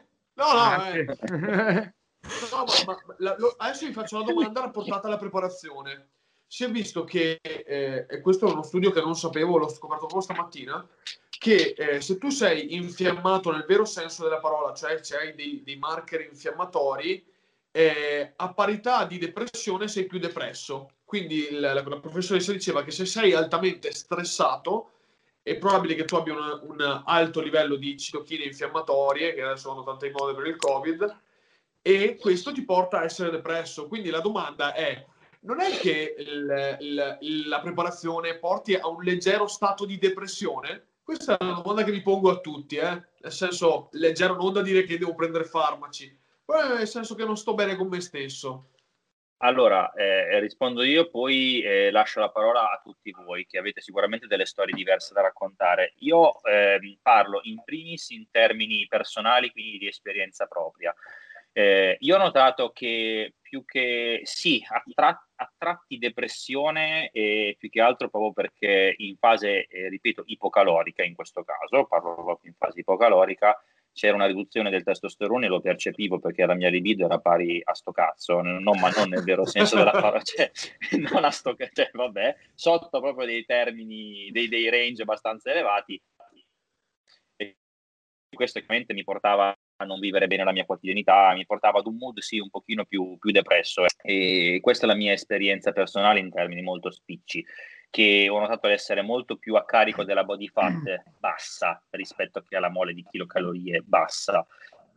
adesso vi faccio una domanda rapportata alla preparazione. Si è visto che, e questo è uno studio che non sapevo, l'ho scoperto proprio stamattina, che se tu sei infiammato nel vero senso della parola, cioè hai dei marker infiammatori, a parità di depressione sei più depresso. Quindi la professoressa diceva che se sei altamente stressato è probabile che tu abbia un alto livello di citochine infiammatorie, che adesso vanno tante in moda per il Covid, e questo ti porta a essere depresso. Quindi la domanda è: non è che la preparazione porti a un leggero stato di depressione? Questa è una domanda che mi pongo a tutti, nel senso leggero, non da dire che devo prendere farmaci, però nel senso che non sto bene con me stesso. Allora, rispondo io, poi lascio la parola a tutti voi, che avete sicuramente delle storie diverse da raccontare. Io parlo in primis in termini personali, quindi di esperienza propria. Io ho notato che più che sì, a tratti depressione, più che altro proprio perché in fase, ripeto, ipocalorica in questo caso, parlo proprio in fase ipocalorica, c'era una riduzione del testosterone, lo percepivo perché la mia libido era pari a sto cazzo, ma non nel vero senso della parola, cioè, non a sto cazzo, cioè, vabbè, sotto proprio dei termini, dei range abbastanza elevati, e questo chiaramente mi portava a non vivere bene la mia quotidianità, mi portava ad un mood sì un pochino più depresso, e questa è la mia esperienza personale in termini molto spicci, che ho notato essere molto più a carico della body fat bassa rispetto che alla mole di chilocalorie bassa,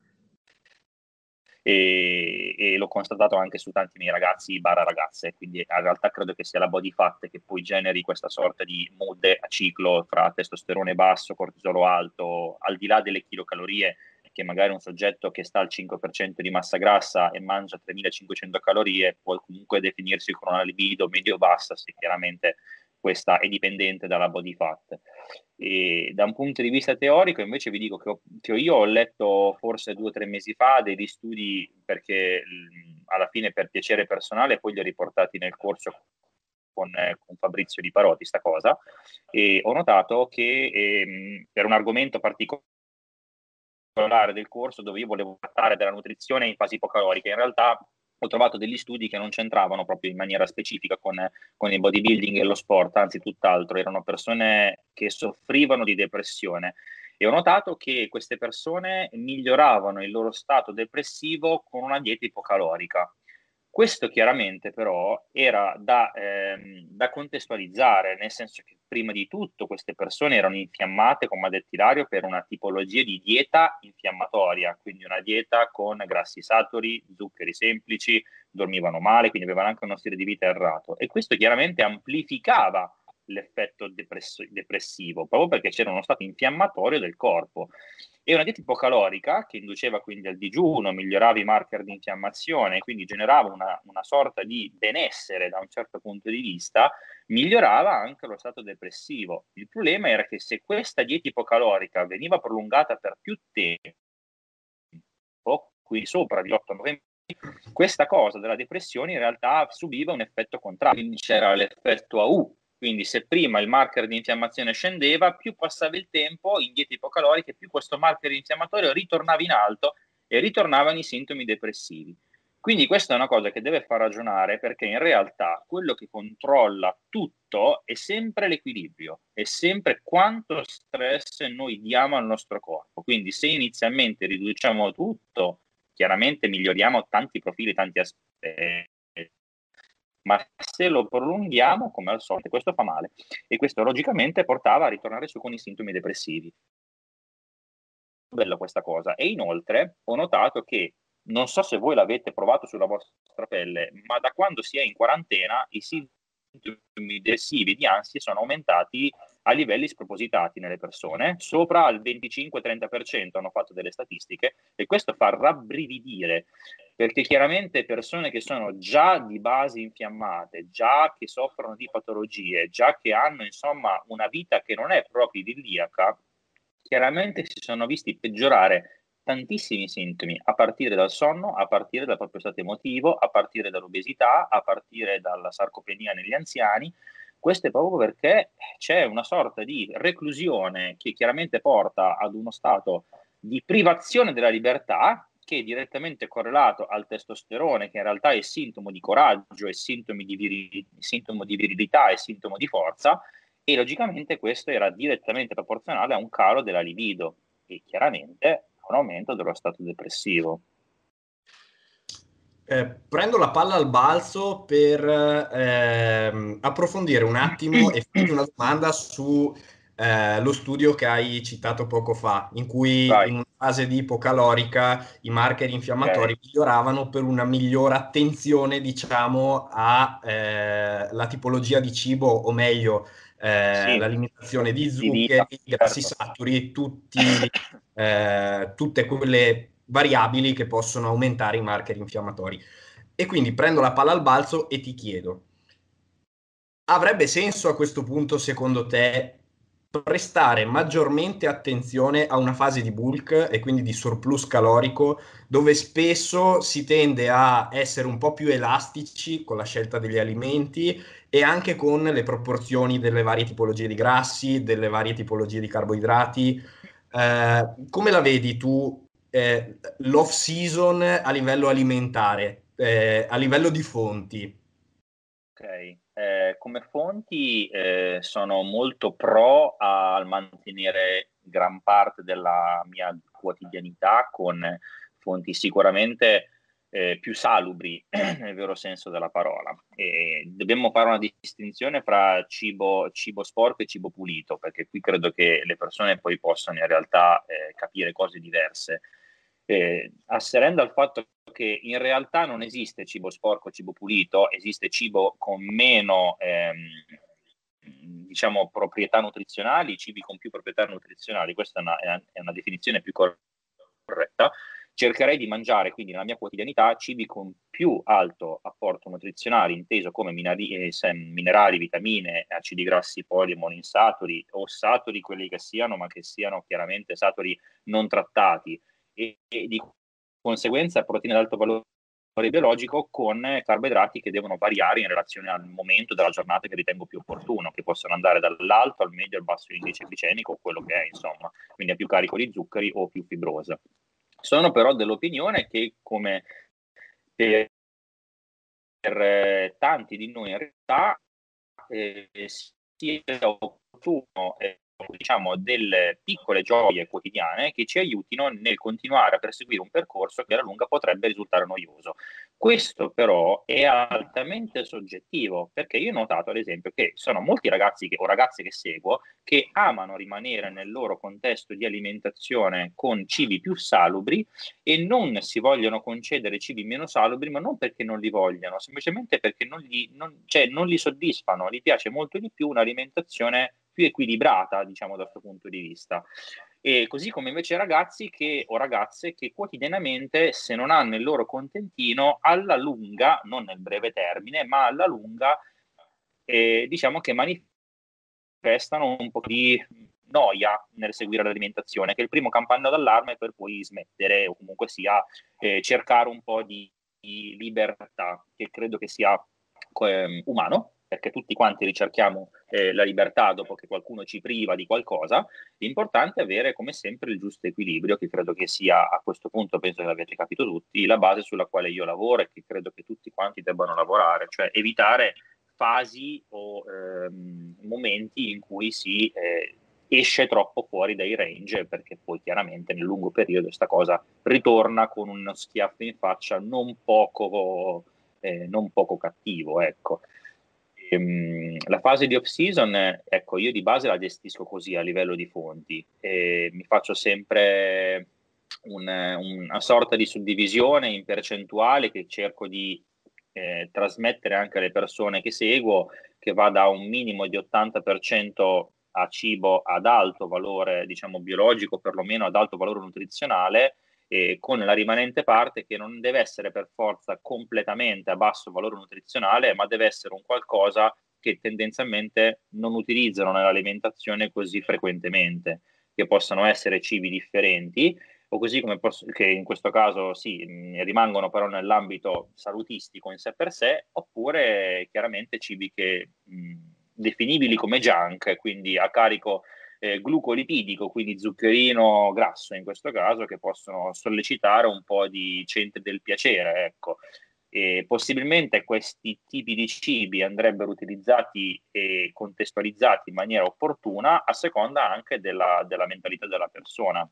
e l'ho constatato anche su tanti miei ragazzi barra ragazze, quindi in realtà credo che sia la body fat che poi generi questa sorta di mood a ciclo fra testosterone basso, cortisolo alto, al di là delle chilocalorie, perché magari un soggetto che sta al 5% di massa grassa e mangia 3.500 calorie può comunque definirsi con una libido medio-bassa, se chiaramente questa è dipendente dalla body fat. E da un punto di vista teorico invece vi dico che io ho letto forse 2 o 3 mesi fa degli studi, perché alla fine per piacere personale poi li ho riportati nel corso con Fabrizio Di Paroti sta cosa, e ho notato che per un argomento particolare del corso dove io volevo trattare della nutrizione in fasi ipocaloriche, in realtà ho trovato degli studi che non c'entravano proprio in maniera specifica con il bodybuilding e lo sport, anzi tutt'altro, erano persone che soffrivano di depressione, e ho notato che queste persone miglioravano il loro stato depressivo con una dieta ipocalorica. Questo chiaramente però era da contestualizzare, nel senso che prima di tutto queste persone erano infiammate, come ha detto Ilario, per una tipologia di dieta infiammatoria, quindi una dieta con grassi saturi, zuccheri semplici, dormivano male, quindi avevano anche uno stile di vita errato, e questo chiaramente amplificava l'effetto depressivo, proprio perché c'era uno stato infiammatorio del corpo. E una dieta ipocalorica che induceva quindi al digiuno, migliorava i marker di infiammazione, quindi generava una sorta di benessere da un certo punto di vista, migliorava anche lo stato depressivo. Il problema era che se questa dieta ipocalorica veniva prolungata per più tempo, qui sopra di 8-9 mesi, questa cosa della depressione in realtà subiva un effetto contrario, quindi c'era l'effetto a U. Quindi se prima il marker di infiammazione scendeva, più passava il tempo in diete ipocaloriche, più questo marker infiammatorio ritornava in alto e ritornavano i sintomi depressivi. Quindi questa è una cosa che deve far ragionare, perché in realtà quello che controlla tutto è sempre l'equilibrio, è sempre quanto stress noi diamo al nostro corpo. Quindi se inizialmente riduciamo tutto, chiaramente miglioriamo tanti profili, tanti aspetti, ma se lo prolunghiamo, come al solito, questo fa male, e questo logicamente portava a ritornare su con i sintomi depressivi. Bella questa cosa. E inoltre ho notato che, non so se voi l'avete provato sulla vostra pelle, ma da quando si è in quarantena i sintomi depressivi di ansia sono aumentati a livelli spropositati nelle persone, sopra il 25-30% hanno fatto delle statistiche, e questo fa rabbrividire, perché chiaramente persone che sono già di base infiammate, già che soffrono di patologie, già che hanno insomma una vita che non è proprio idilliaca, chiaramente si sono visti peggiorare tantissimi sintomi, a partire dal sonno, a partire dal proprio stato emotivo, a partire dall'obesità, a partire dalla sarcopenia negli anziani. Questo è proprio perché c'è una sorta di reclusione che chiaramente porta ad uno stato di privazione della libertà, che è direttamente correlato al testosterone, che in realtà è sintomo di coraggio, è sintomo di virilità, è sintomo di forza, e logicamente questo era direttamente proporzionale a un calo della libido e chiaramente a un aumento dello stato depressivo. Prendo la palla al balzo per approfondire un attimo e farti una domanda su lo studio che hai citato poco fa, in cui Vai. in una fase di ipocalorica i marker infiammatori miglioravano per una migliore attenzione, diciamo, alla tipologia di cibo, o meglio, Sì, la limitazione di vita, zuccheri, grassi certo. saturi, tutte quelle variabili che possono aumentare i marker infiammatori. E quindi prendo la palla al balzo e ti chiedo: avrebbe senso a questo punto, secondo te, prestare maggiormente attenzione a una fase di bulk e quindi di surplus calorico, dove spesso si tende a essere un po' più elastici con la scelta degli alimenti e anche con le proporzioni delle varie tipologie di grassi, delle varie tipologie di carboidrati? Come la vedi tu, l'off season a livello alimentare, a livello di fonti? Ok, come fonti sono molto pro al mantenere gran parte della mia quotidianità con fonti sicuramente più salubri nel vero senso della parola. E dobbiamo fare una distinzione fra cibo sporco e cibo pulito, perché qui credo che le persone poi possano in realtà capire cose diverse. Asserendo al fatto che in realtà non esiste cibo sporco, cibo pulito, esiste cibo con meno diciamo proprietà nutrizionali, cibi con più proprietà nutrizionali. Questa è una definizione più corretta corretta, cercherei di mangiare quindi nella mia quotidianità cibi con più alto apporto nutrizionale, inteso come minerali, vitamine, acidi grassi poliinsaturati o saturi, quelli che siano, ma che siano chiaramente saturi non trattati, e di conseguenza proteine ad alto valore biologico con carboidrati che devono variare in relazione al momento della giornata che ritengo più opportuno, che possono andare dall'alto al medio al basso indice glicemico, quello che è, insomma, quindi a più carico di zuccheri o più fibrosa. Sono però dell'opinione che, come per tanti di noi in realtà, sia opportuno, diciamo, delle piccole gioie quotidiane che ci aiutino nel continuare a perseguire un percorso che alla lunga potrebbe risultare noioso. Questo però è altamente soggettivo, perché io ho notato ad esempio che sono molti ragazzi o ragazze che seguo che amano rimanere nel loro contesto di alimentazione con cibi più salubri e non si vogliono concedere cibi meno salubri, ma non perché non li vogliano, semplicemente perché non li soddisfano, gli piace molto di più un'alimentazione più equilibrata, diciamo, da questo punto di vista. E così come invece ragazzi o ragazze che quotidianamente, se non hanno il loro contentino, alla lunga, non nel breve termine, ma alla lunga, diciamo che manifestano un po' di noia nel seguire l'alimentazione, che è il primo campanello d'allarme per poi smettere o comunque sia cercare un po' di libertà, che credo che sia umano, perché tutti quanti ricerchiamo la libertà dopo che qualcuno ci priva di qualcosa. L'importante è avere come sempre il giusto equilibrio, che credo che sia, a questo punto penso che l'avete capito tutti, la base sulla quale io lavoro e che credo che tutti quanti debbano lavorare, cioè evitare fasi o momenti in cui si esce troppo fuori dai range, perché poi chiaramente nel lungo periodo sta cosa ritorna con uno schiaffo in faccia non poco cattivo, ecco. La fase di off-season, ecco, io di base la gestisco così a livello di fonti, mi faccio sempre una sorta di suddivisione in percentuale che cerco di trasmettere anche alle persone che seguo, che va da un minimo di 80% a cibo ad alto valore, diciamo biologico, perlomeno ad alto valore nutrizionale, con la rimanente parte che non deve essere per forza completamente a basso valore nutrizionale, ma deve essere un qualcosa che tendenzialmente non utilizzano nell'alimentazione così frequentemente, che possano essere cibi differenti, o così come che in questo caso sì, rimangono però nell'ambito salutistico in sé per sé, oppure chiaramente cibi che definibili come junk, quindi a carico glucolipidico, quindi zuccherino grasso in questo caso, che possono sollecitare un po' di centri del piacere, ecco. E possibilmente questi tipi di cibi andrebbero utilizzati e contestualizzati in maniera opportuna a seconda anche della mentalità della persona.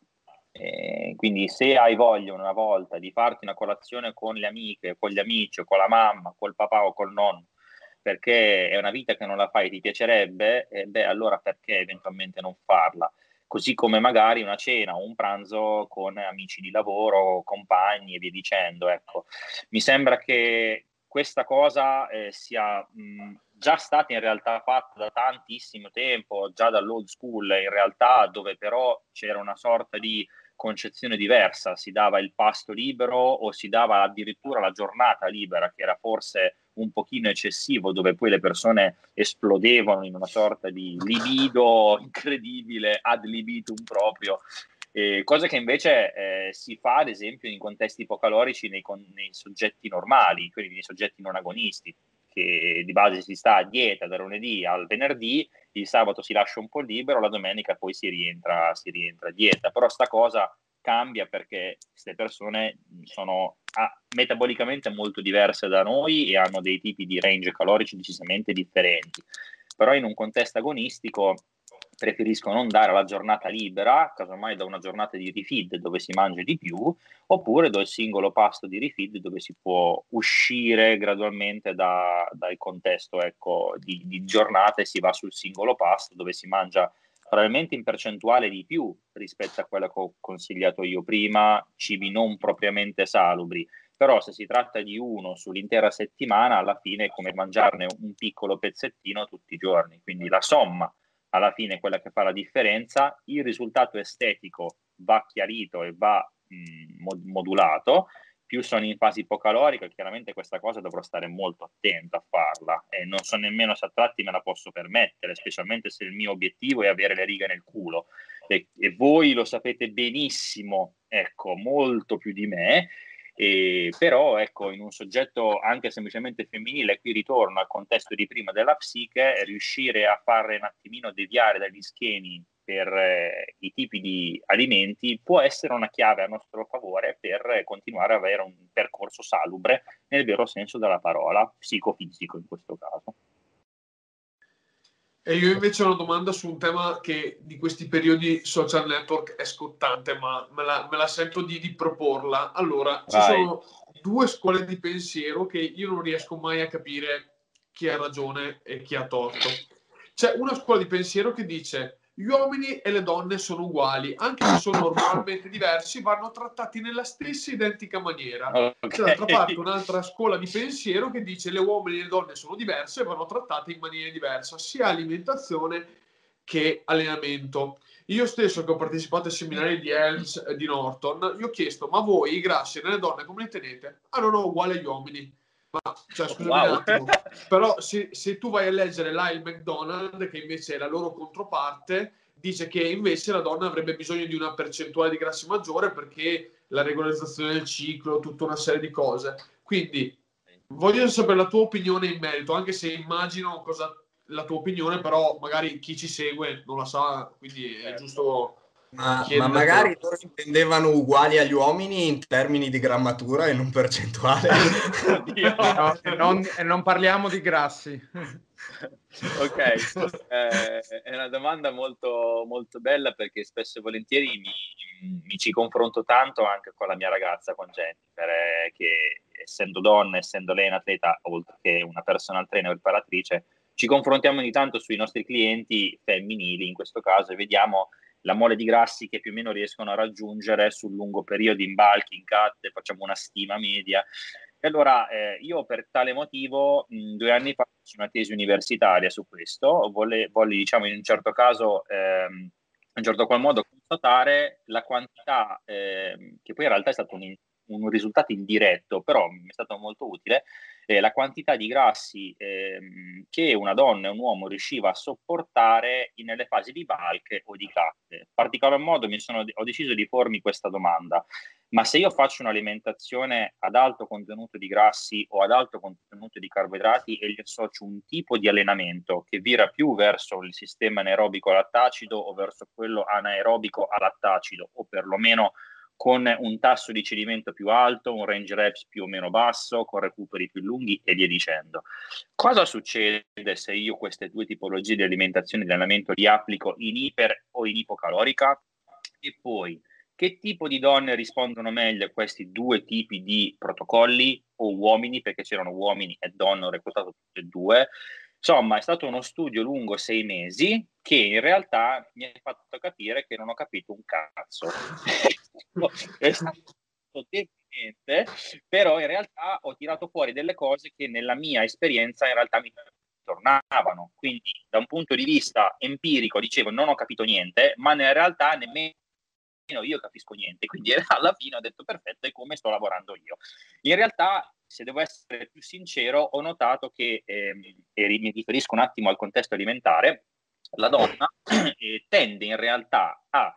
Quindi se hai voglia una volta di farti una colazione con le amiche, con gli amici, o con la mamma, col papà o col nonno, perché è una vita che non la fai, ti piacerebbe, allora perché eventualmente non farla? Così come magari una cena o un pranzo con amici di lavoro, compagni e via dicendo. Ecco, mi sembra che questa cosa sia già stata in realtà fatta da tantissimo tempo, già dall'old school in realtà, dove però c'era una sorta di concezione diversa, si dava il pasto libero o si dava addirittura la giornata libera, che era forse un pochino eccessivo, dove poi le persone esplodevano in una sorta di libido incredibile, ad libitum proprio, cosa che invece si fa ad esempio in contesti ipocalorici nei soggetti normali, quindi nei soggetti non agonisti, che di base si sta a dieta da lunedì al venerdì, il sabato si lascia un po' libero, la domenica poi si rientra a dieta. Però sta cosa cambia perché queste persone sono metabolicamente molto diverse da noi e hanno dei tipi di range calorici decisamente differenti. Però in un contesto agonistico preferisco non dare la giornata libera, casomai da una giornata di refeed dove si mangia di più, oppure do il singolo pasto di refeed dove si può uscire gradualmente dal contesto, ecco, di giornata, e si va sul singolo pasto dove si mangia probabilmente in percentuale di più rispetto a quella che ho consigliato io prima, cibi non propriamente salubri. Però se si tratta di uno sull'intera settimana, alla fine è come mangiarne un piccolo pezzettino tutti i giorni, quindi la somma alla fine è quella che fa la differenza. Il risultato estetico va chiarito e va modulato, più sono in fase ipocalorica, chiaramente questa cosa dovrò stare molto attento a farla e non so nemmeno se a tratti me la posso permettere, specialmente se il mio obiettivo è avere le righe nel culo e voi lo sapete benissimo, ecco, molto più di me. Però ecco, in un soggetto anche semplicemente femminile, qui ritorno al contesto di prima della psiche, riuscire a fare un attimino deviare dagli schemi per i tipi di alimenti può essere una chiave a nostro favore per continuare ad avere un percorso salubre nel vero senso della parola, psicofisico in questo caso. E io invece ho una domanda su un tema che di questi periodi social network è scottante, ma me la sento di proporla. Allora, ci sono due scuole di pensiero che io non riesco mai a capire chi ha ragione e chi ha torto. C'è una scuola di pensiero che dice: gli uomini e le donne sono uguali, anche se sono normalmente diversi, vanno trattati nella stessa identica maniera. Okay. C'è d'altra parte un'altra scuola di pensiero che dice: le uomini e le donne sono diverse e vanno trattate in maniera diversa, sia alimentazione che allenamento. Io stesso, che ho partecipato ai seminari di Helms e di Norton, gli ho chiesto: ma voi i grassi nelle donne come li tenete? Ah, no, uguale agli uomini. Ma, cioè, scusami un attimo, però se tu vai a leggere là il McDonald's, che invece è la loro controparte, dice che invece la donna avrebbe bisogno di una percentuale di grassi maggiore perché la regolarizzazione del ciclo, tutta una serie di cose. Quindi voglio sapere la tua opinione in merito, anche se immagino la tua opinione, però magari chi ci segue non la sa, quindi è giusto... Ma magari loro intendevano uguali agli uomini in termini di grammatura e non percentuale. E non parliamo di grassi. Ok, è una domanda molto, molto bella perché spesso e volentieri mi ci confronto tanto anche con la mia ragazza, con Jennifer, che essendo donna, essendo lei un atleta, oltre che una personal trainer o preparatrice, ci confrontiamo ogni tanto sui nostri clienti femminili in questo caso e vediamo la mole di grassi che più o meno riescono a raggiungere sul lungo periodo in bulk, in cut, facciamo una stima media. E allora io per tale motivo 2 anni fa ho fatto una tesi universitaria su questo, volli diciamo in un certo caso in un certo qual modo constatare la quantità che poi in realtà è stato un risultato indiretto, però mi è stato molto utile, la quantità di grassi che una donna e un uomo riusciva a sopportare nelle fasi di bulk o di cut. In particolar modo ho deciso di pormi questa domanda: ma se io faccio un'alimentazione ad alto contenuto di grassi o ad alto contenuto di carboidrati e gli associo un tipo di allenamento che vira più verso il sistema anaerobico lattacido o verso quello anaerobico alattacido, o perlomeno con un tasso di cedimento più alto, un range reps più o meno basso, con recuperi più lunghi e via dicendo. Cosa succede se io queste due tipologie di alimentazione e di allenamento li applico in iper o in ipocalorica? E poi, che tipo di donne rispondono meglio a questi due tipi di protocolli, o uomini, perché c'erano uomini e donne, ho reclutato tutte e due. Insomma, è stato uno studio lungo 6 mesi che in realtà mi ha fatto capire che non ho capito un cazzo. È stato deprimente, però in realtà ho tirato fuori delle cose che nella mia esperienza in realtà mi tornavano. Quindi da un punto di vista empirico dicevo non ho capito niente, ma in realtà nemmeno io capisco niente, quindi alla fine ho detto perfetto, è come sto lavorando io. In realtà, se devo essere più sincero, ho notato che, e mi riferisco un attimo al contesto alimentare, la donna tende in realtà a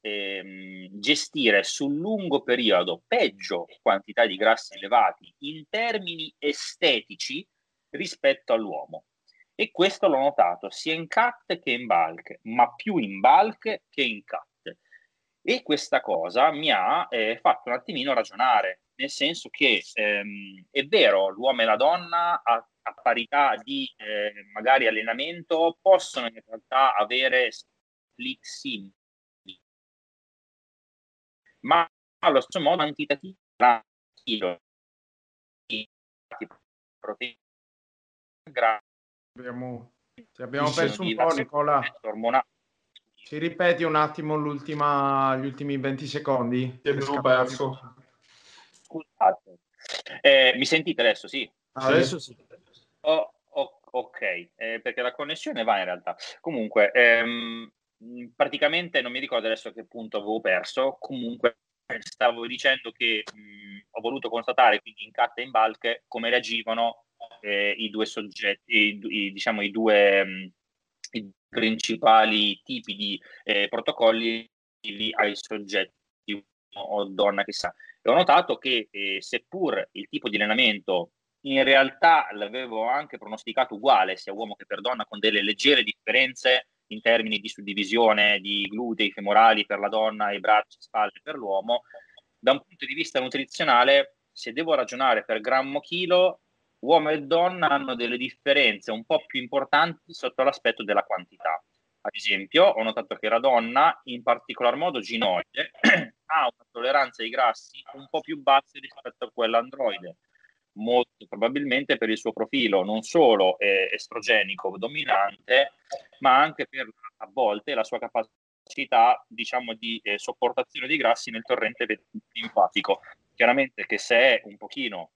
gestire sul lungo periodo peggio quantità di grassi elevati in termini estetici rispetto all'uomo. E questo l'ho notato sia in cut che in bulk, ma più in bulk che in cut. E questa cosa mi ha fatto un attimino ragionare, nel senso che è vero, l'uomo e la donna a parità di magari allenamento possono in realtà avere split simili, ma allo stesso modo quantitativi proteine ti abbiamo perso un po', Nicola. Ci ripeti un attimo gli ultimi 20 secondi? Ti abbiamo perso. Scusate. Mi sentite adesso? Sì. Adesso sì. Ok, perché la connessione va in realtà. Comunque, praticamente non mi ricordo adesso a che punto avevo perso. Comunque, stavo dicendo che ho voluto constatare quindi in cut e in bulk come reagivano i due soggetti, diciamo i due i principali tipi di protocolli ai soggetti o donna che sa. E ho notato che seppur il tipo di allenamento in realtà l'avevo anche pronosticato uguale sia uomo che per donna, con delle leggere differenze in termini di suddivisione di glutei femorali per la donna e braccia e spalle per l'uomo, da un punto di vista nutrizionale, se devo ragionare per grammo chilo, uomo e donna hanno delle differenze un po' più importanti sotto l'aspetto della quantità. Ad esempio, ho notato che la donna, in particolar modo ginoide, ha una tolleranza ai grassi un po' più bassa rispetto a quella androide, molto probabilmente per il suo profilo non solo estrogenico dominante, ma anche per a volte la sua capacità, diciamo, di sopportazione dei grassi nel torrente linfatico. Chiaramente che se è un pochino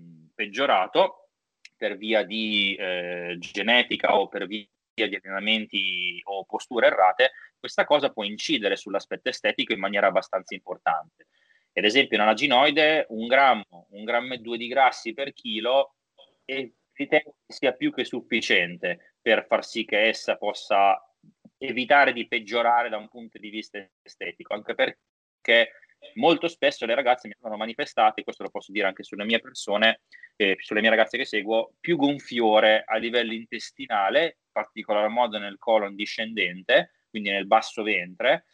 peggiorato per via di genetica o per via di allenamenti o posture errate, questa cosa può incidere sull'aspetto estetico in maniera abbastanza importante. Ad esempio, nella ginoide 1 grammo, 1,2 grammi di grassi per chilo e ritengo che sia più che sufficiente per far sì che essa possa evitare di peggiorare da un punto di vista estetico, anche perché molto spesso le ragazze mi hanno manifestato, e questo lo posso dire anche sulle mie persone, sulle mie ragazze che seguo, più gonfiore a livello intestinale, in particolar modo nel colon discendente, quindi nel basso ventre,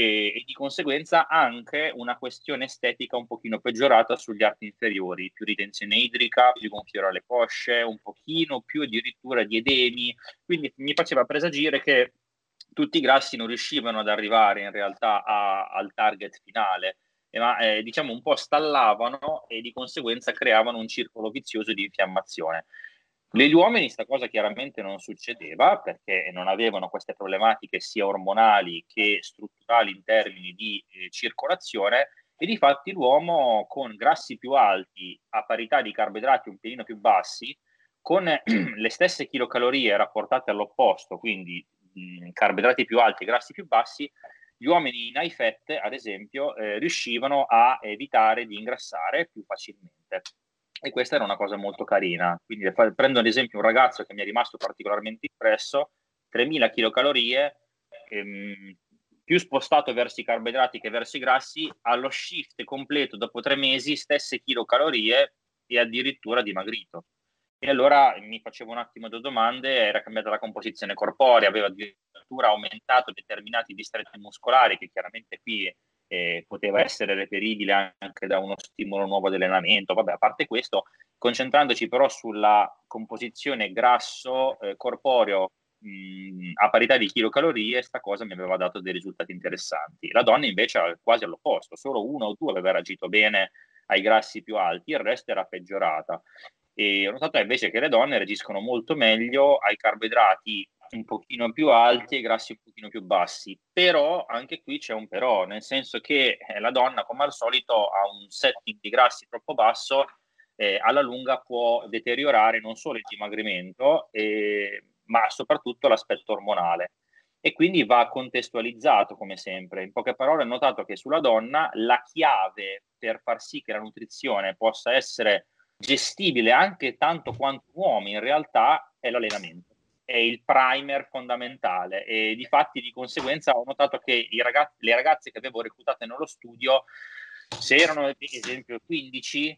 e di conseguenza anche una questione estetica un pochino peggiorata sugli arti inferiori, più ritenzione idrica, più gonfiore alle cosce, un pochino più addirittura di edemi, quindi mi faceva presagire che tutti i grassi non riuscivano ad arrivare in realtà al target finale, ma diciamo un po' stallavano e di conseguenza creavano un circolo vizioso di infiammazione. Negli uomini questa cosa chiaramente non succedeva perché non avevano queste problematiche sia ormonali che strutturali in termini di circolazione, e difatti l'uomo con grassi più alti a parità di carboidrati un pelino più bassi, con le stesse chilocalorie rapportate all'opposto, quindi carboidrati più alti e grassi più bassi, gli uomini in high fat, ad esempio, riuscivano a evitare di ingrassare più facilmente. E questa era una cosa molto carina. Quindi prendo ad esempio un ragazzo che mi è rimasto particolarmente impresso, 3000 kcal, più spostato verso i carboidrati che verso i grassi, allo shift completo dopo 3 mesi, stesse chilocalorie e addirittura dimagrito. E allora mi facevo un attimo due domande, era cambiata la composizione corporea, aveva addirittura aumentato determinati distretti muscolari, che chiaramente qui poteva essere reperibile anche da uno stimolo nuovo di allenamento. Vabbè, a parte questo, concentrandoci però sulla composizione grasso corporeo a parità di chilocalorie, sta cosa mi aveva dato dei risultati interessanti. La donna invece quasi all'opposto, solo 1 o 2 aveva reagito bene ai grassi più alti, il resto era peggiorata. E ho notato invece che le donne reagiscono molto meglio ai carboidrati un pochino più alti e ai grassi un pochino più bassi, però anche qui c'è un però, nel senso che la donna come al solito ha un setting di grassi troppo basso, alla lunga può deteriorare non solo il dimagrimento, ma soprattutto l'aspetto ormonale. E quindi va contestualizzato come sempre. In poche parole ho notato che sulla donna la chiave per far sì che la nutrizione possa essere gestibile anche tanto quanto uomini in realtà è l'allenamento, è il primer fondamentale, e difatti di conseguenza ho notato che le ragazze che avevo reclutato nello studio, se erano ad esempio 15,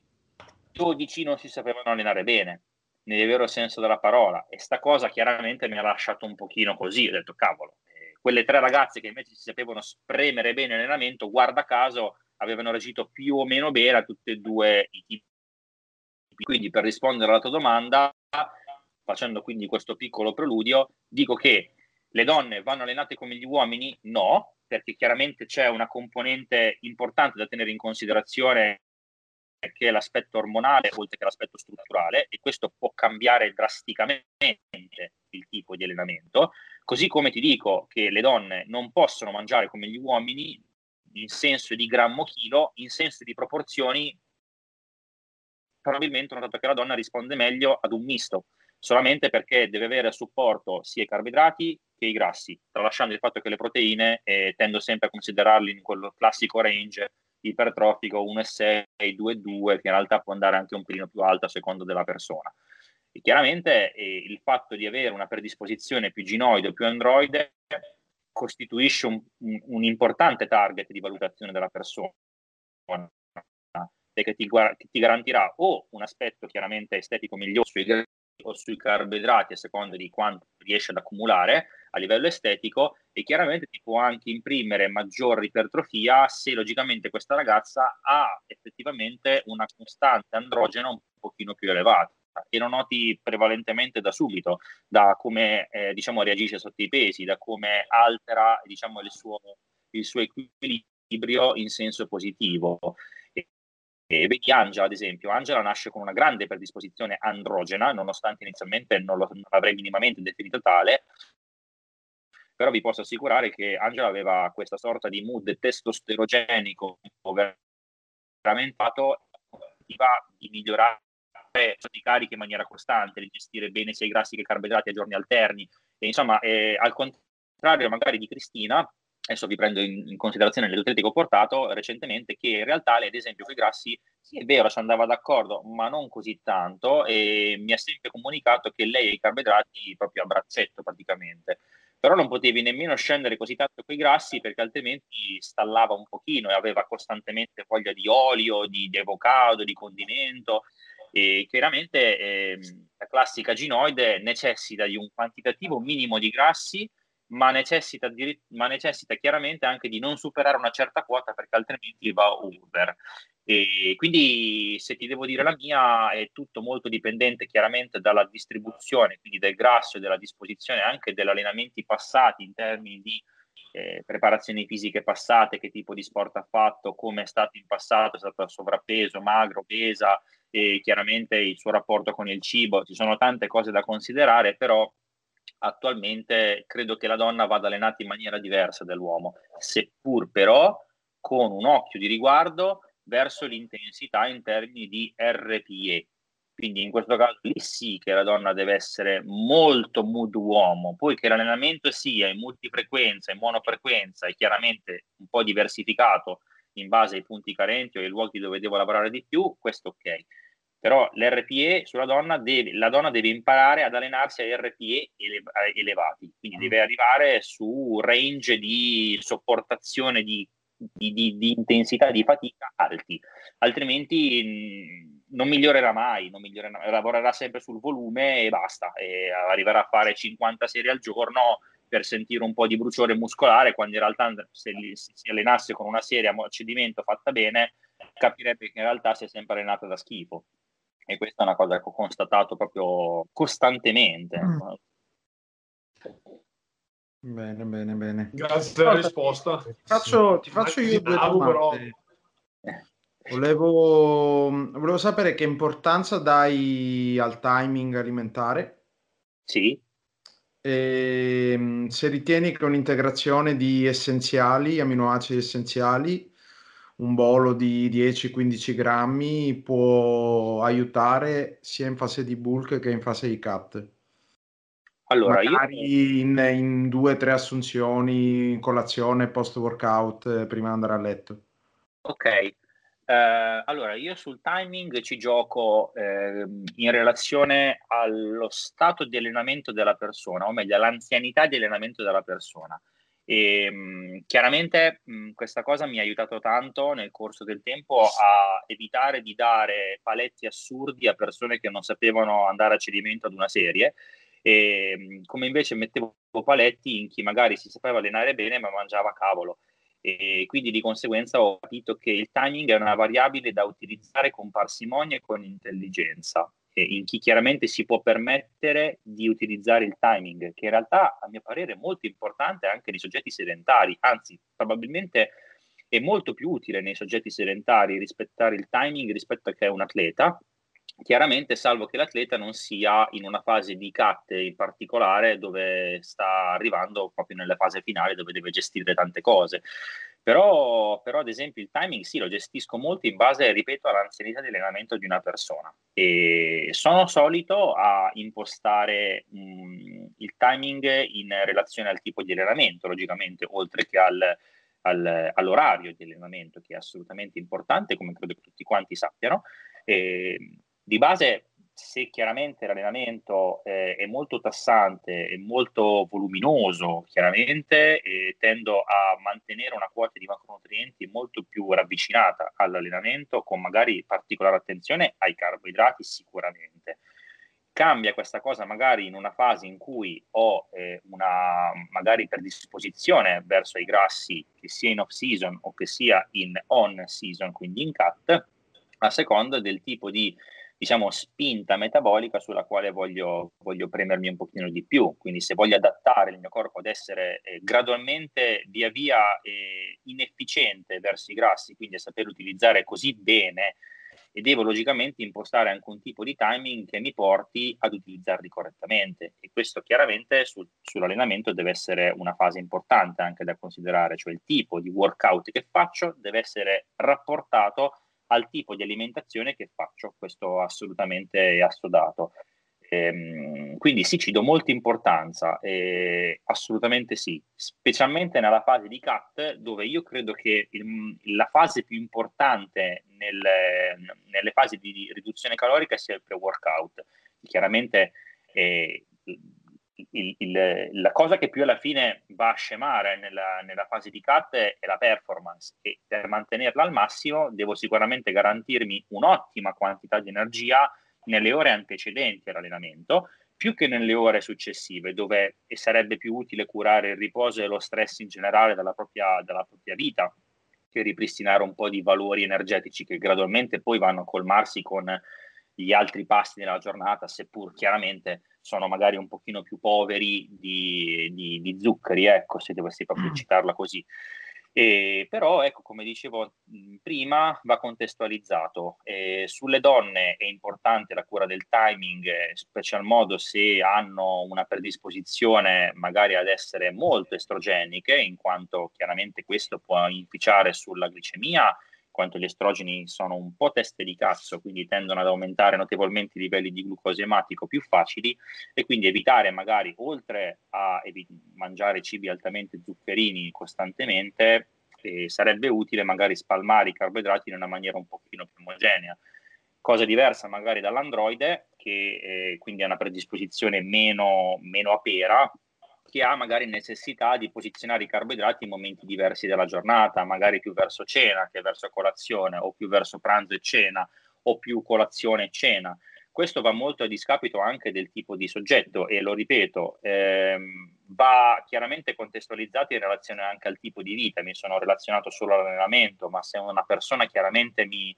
12 non si sapevano allenare bene nel vero senso della parola, e sta cosa chiaramente mi ha lasciato un pochino così, ho detto cavolo, quelle 3 ragazze che invece si sapevano spremere bene l'allenamento, guarda caso avevano reagito più o meno bene a tutte e 2 i tipi. Quindi per rispondere alla tua domanda, facendo quindi questo piccolo preludio, dico che le donne vanno allenate come gli uomini? No, perché chiaramente c'è una componente importante da tenere in considerazione, che è l'aspetto ormonale oltre che l'aspetto strutturale, e questo può cambiare drasticamente il tipo di allenamento, così come ti dico che le donne non possono mangiare come gli uomini in senso di grammo chilo, in senso di proporzioni probabilmente ho notato che la donna risponde meglio ad un misto, solamente perché deve avere a supporto sia i carboidrati che i grassi, tralasciando il fatto che le proteine tendo sempre a considerarli in quello classico range ipertrofico 1,6, 2,2, che in realtà può andare anche un pelino più alto a secondo della persona. E chiaramente il fatto di avere una predisposizione più ginoide o più androide costituisce un importante target di valutazione della persona, che ti garantirà o un aspetto chiaramente estetico migliore sui grassi o sui carboidrati a seconda di quanto riesce ad accumulare a livello estetico, e chiaramente ti può anche imprimere maggiore ipertrofia se logicamente questa ragazza ha effettivamente una costante androgena un pochino più elevata, e lo noti prevalentemente da subito, da come diciamo reagisce sotto i pesi, da come altera diciamo il suo equilibrio in senso positivo. E vedi Angela, ad esempio. Angela nasce con una grande predisposizione androgena, nonostante inizialmente non l'avrei minimamente definito tale, però vi posso assicurare che Angela aveva questa sorta di mood testosterogenico veramente di migliorare i carichi in maniera costante, di gestire bene sia i grassi che i carboidrati a giorni alterni, e insomma al contrario magari di Cristina, adesso vi prendo in considerazione le atleti che ho portato recentemente, che in realtà lei ad esempio con i grassi, sì è vero, ci andava d'accordo, ma non così tanto, e mi ha sempre comunicato che lei e i carboidrati proprio a braccetto praticamente, però non potevi nemmeno scendere così tanto con i grassi perché altrimenti stallava un pochino e aveva costantemente voglia di olio, di avocado, di condimento, e chiaramente la classica ginoide necessita di un quantitativo minimo di grassi, ma necessita chiaramente anche di non superare una certa quota perché altrimenti va over. E quindi se ti devo dire la mia, è tutto molto dipendente chiaramente dalla distribuzione, quindi del grasso e della disposizione anche degli allenamenti passati in termini di preparazioni fisiche passate, che tipo di sport ha fatto, come è stato in passato, è stato a sovrappeso, magro, pesa, e chiaramente il suo rapporto con il cibo. Ci sono tante cose da considerare, però attualmente credo che la donna vada allenata in maniera diversa dall'uomo, seppur però con un occhio di riguardo verso l'intensità in termini di RPE. Quindi in questo caso lì sì che la donna deve essere molto mood uomo, poi che l'allenamento sia in multifrequenza, in monofrequenza e chiaramente un po' diversificato in base ai punti carenti o ai luoghi dove devo lavorare di più, questo ok. Però l'RPE sulla donna la donna deve imparare ad allenarsi a RPE elevati, quindi deve arrivare su range di sopportazione di intensità di fatica alti, altrimenti non migliorerà mai, lavorerà sempre sul volume e basta, e arriverà a fare 50 serie al giorno per sentire un po' di bruciore muscolare, quando in realtà se si allenasse con una serie a cedimento fatta bene, capirebbe che in realtà si è sempre allenata da schifo. E questa è una cosa che ho constatato proprio costantemente. Bene. Grazie per la risposta. Ti faccio io due domande. Volevo sapere che importanza dai al timing alimentare. Sì. E se ritieni che un'integrazione di aminoacidi essenziali, un bolo di 10-15 grammi può aiutare sia in fase di bulk che in fase di cut. Allora, magari in 2-3 assunzioni, colazione, post workout, prima di andare a letto. Ok. Allora, io sul timing ci gioco in relazione allo stato di allenamento della persona, o meglio all'anzianità di allenamento della persona. E chiaramente questa cosa mi ha aiutato tanto nel corso del tempo a evitare di dare paletti assurdi a persone che non sapevano andare a cedimento ad una serie, e come invece mettevo paletti in chi magari si sapeva allenare bene ma mangiava cavolo. E quindi di conseguenza ho capito che il timing è una variabile da utilizzare con parsimonia e con intelligenza, e in chi chiaramente si può permettere di utilizzare il timing, che in realtà a mio parere è molto importante anche nei soggetti sedentari, anzi probabilmente è molto più utile nei soggetti sedentari rispettare il timing rispetto a che è un atleta, chiaramente salvo che l'atleta non sia in una fase di cut in particolare dove sta arrivando proprio nella fase finale dove deve gestire tante cose. Però ad esempio il timing sì, lo gestisco molto in base, ripeto, all'anzianità di allenamento di una persona, e sono solito a impostare il timing in relazione al tipo di allenamento, logicamente, oltre che all'orario di allenamento, che è assolutamente importante, come credo che tutti quanti sappiano. Di base, se chiaramente l'allenamento è molto tassante e molto voluminoso, chiaramente tendo a mantenere una quota di macronutrienti molto più ravvicinata all'allenamento, con magari particolare attenzione ai carboidrati sicuramente. Cambia questa cosa magari in una fase in cui ho una magari predisposizione verso i grassi, che sia in off season o che sia in on season, quindi in cut, a seconda del tipo di, diciamo, spinta metabolica sulla quale voglio premermi un pochino di più. Quindi se voglio adattare il mio corpo ad essere gradualmente via via inefficiente verso i grassi, quindi a saper utilizzare così bene, e devo logicamente impostare anche un tipo di timing che mi porti ad utilizzarli correttamente, e questo chiaramente sull'allenamento deve essere una fase importante anche da considerare, cioè il tipo di workout che faccio deve essere rapportato al tipo di alimentazione che faccio, questo assolutamente è assodato. Quindi sì, ci do molta importanza, assolutamente sì, specialmente nella fase di cut, dove io credo che la fase più importante nelle fasi di riduzione calorica sia il pre-workout. Chiaramente la cosa che più alla fine va a scemare nella fase di cut è la performance, e per mantenerla al massimo devo sicuramente garantirmi un'ottima quantità di energia nelle ore antecedenti all'allenamento, più che nelle ore successive, dove sarebbe più utile curare il riposo e lo stress in generale dalla propria vita, che ripristinare un po' di valori energetici che gradualmente poi vanno a colmarsi con gli altri pasti della giornata, seppur chiaramente sono magari un pochino più poveri di zuccheri, ecco, se dovessi proprio citarla così. Però, ecco, come dicevo prima, va contestualizzato. Sulle donne è importante la cura del timing, special modo se hanno una predisposizione magari ad essere molto estrogeniche, in quanto chiaramente questo può inficiare sulla glicemia, in quanto gli estrogeni sono un po' teste di cazzo, quindi tendono ad aumentare notevolmente i livelli di glucosio ematico più facili, e quindi evitare magari, oltre a mangiare cibi altamente zuccherini costantemente, sarebbe utile magari spalmare i carboidrati in una maniera un pochino più omogenea. Cosa diversa magari dall'androide, che quindi ha una predisposizione meno a pera, che ha magari necessità di posizionare i carboidrati in momenti diversi della giornata, magari più verso cena che verso colazione, o più verso pranzo e cena, o più colazione e cena. Questo va molto a discapito anche del tipo di soggetto, e lo ripeto, va chiaramente contestualizzato in relazione anche al tipo di vita. Mi sono relazionato solo all'allenamento, ma se una persona chiaramente mi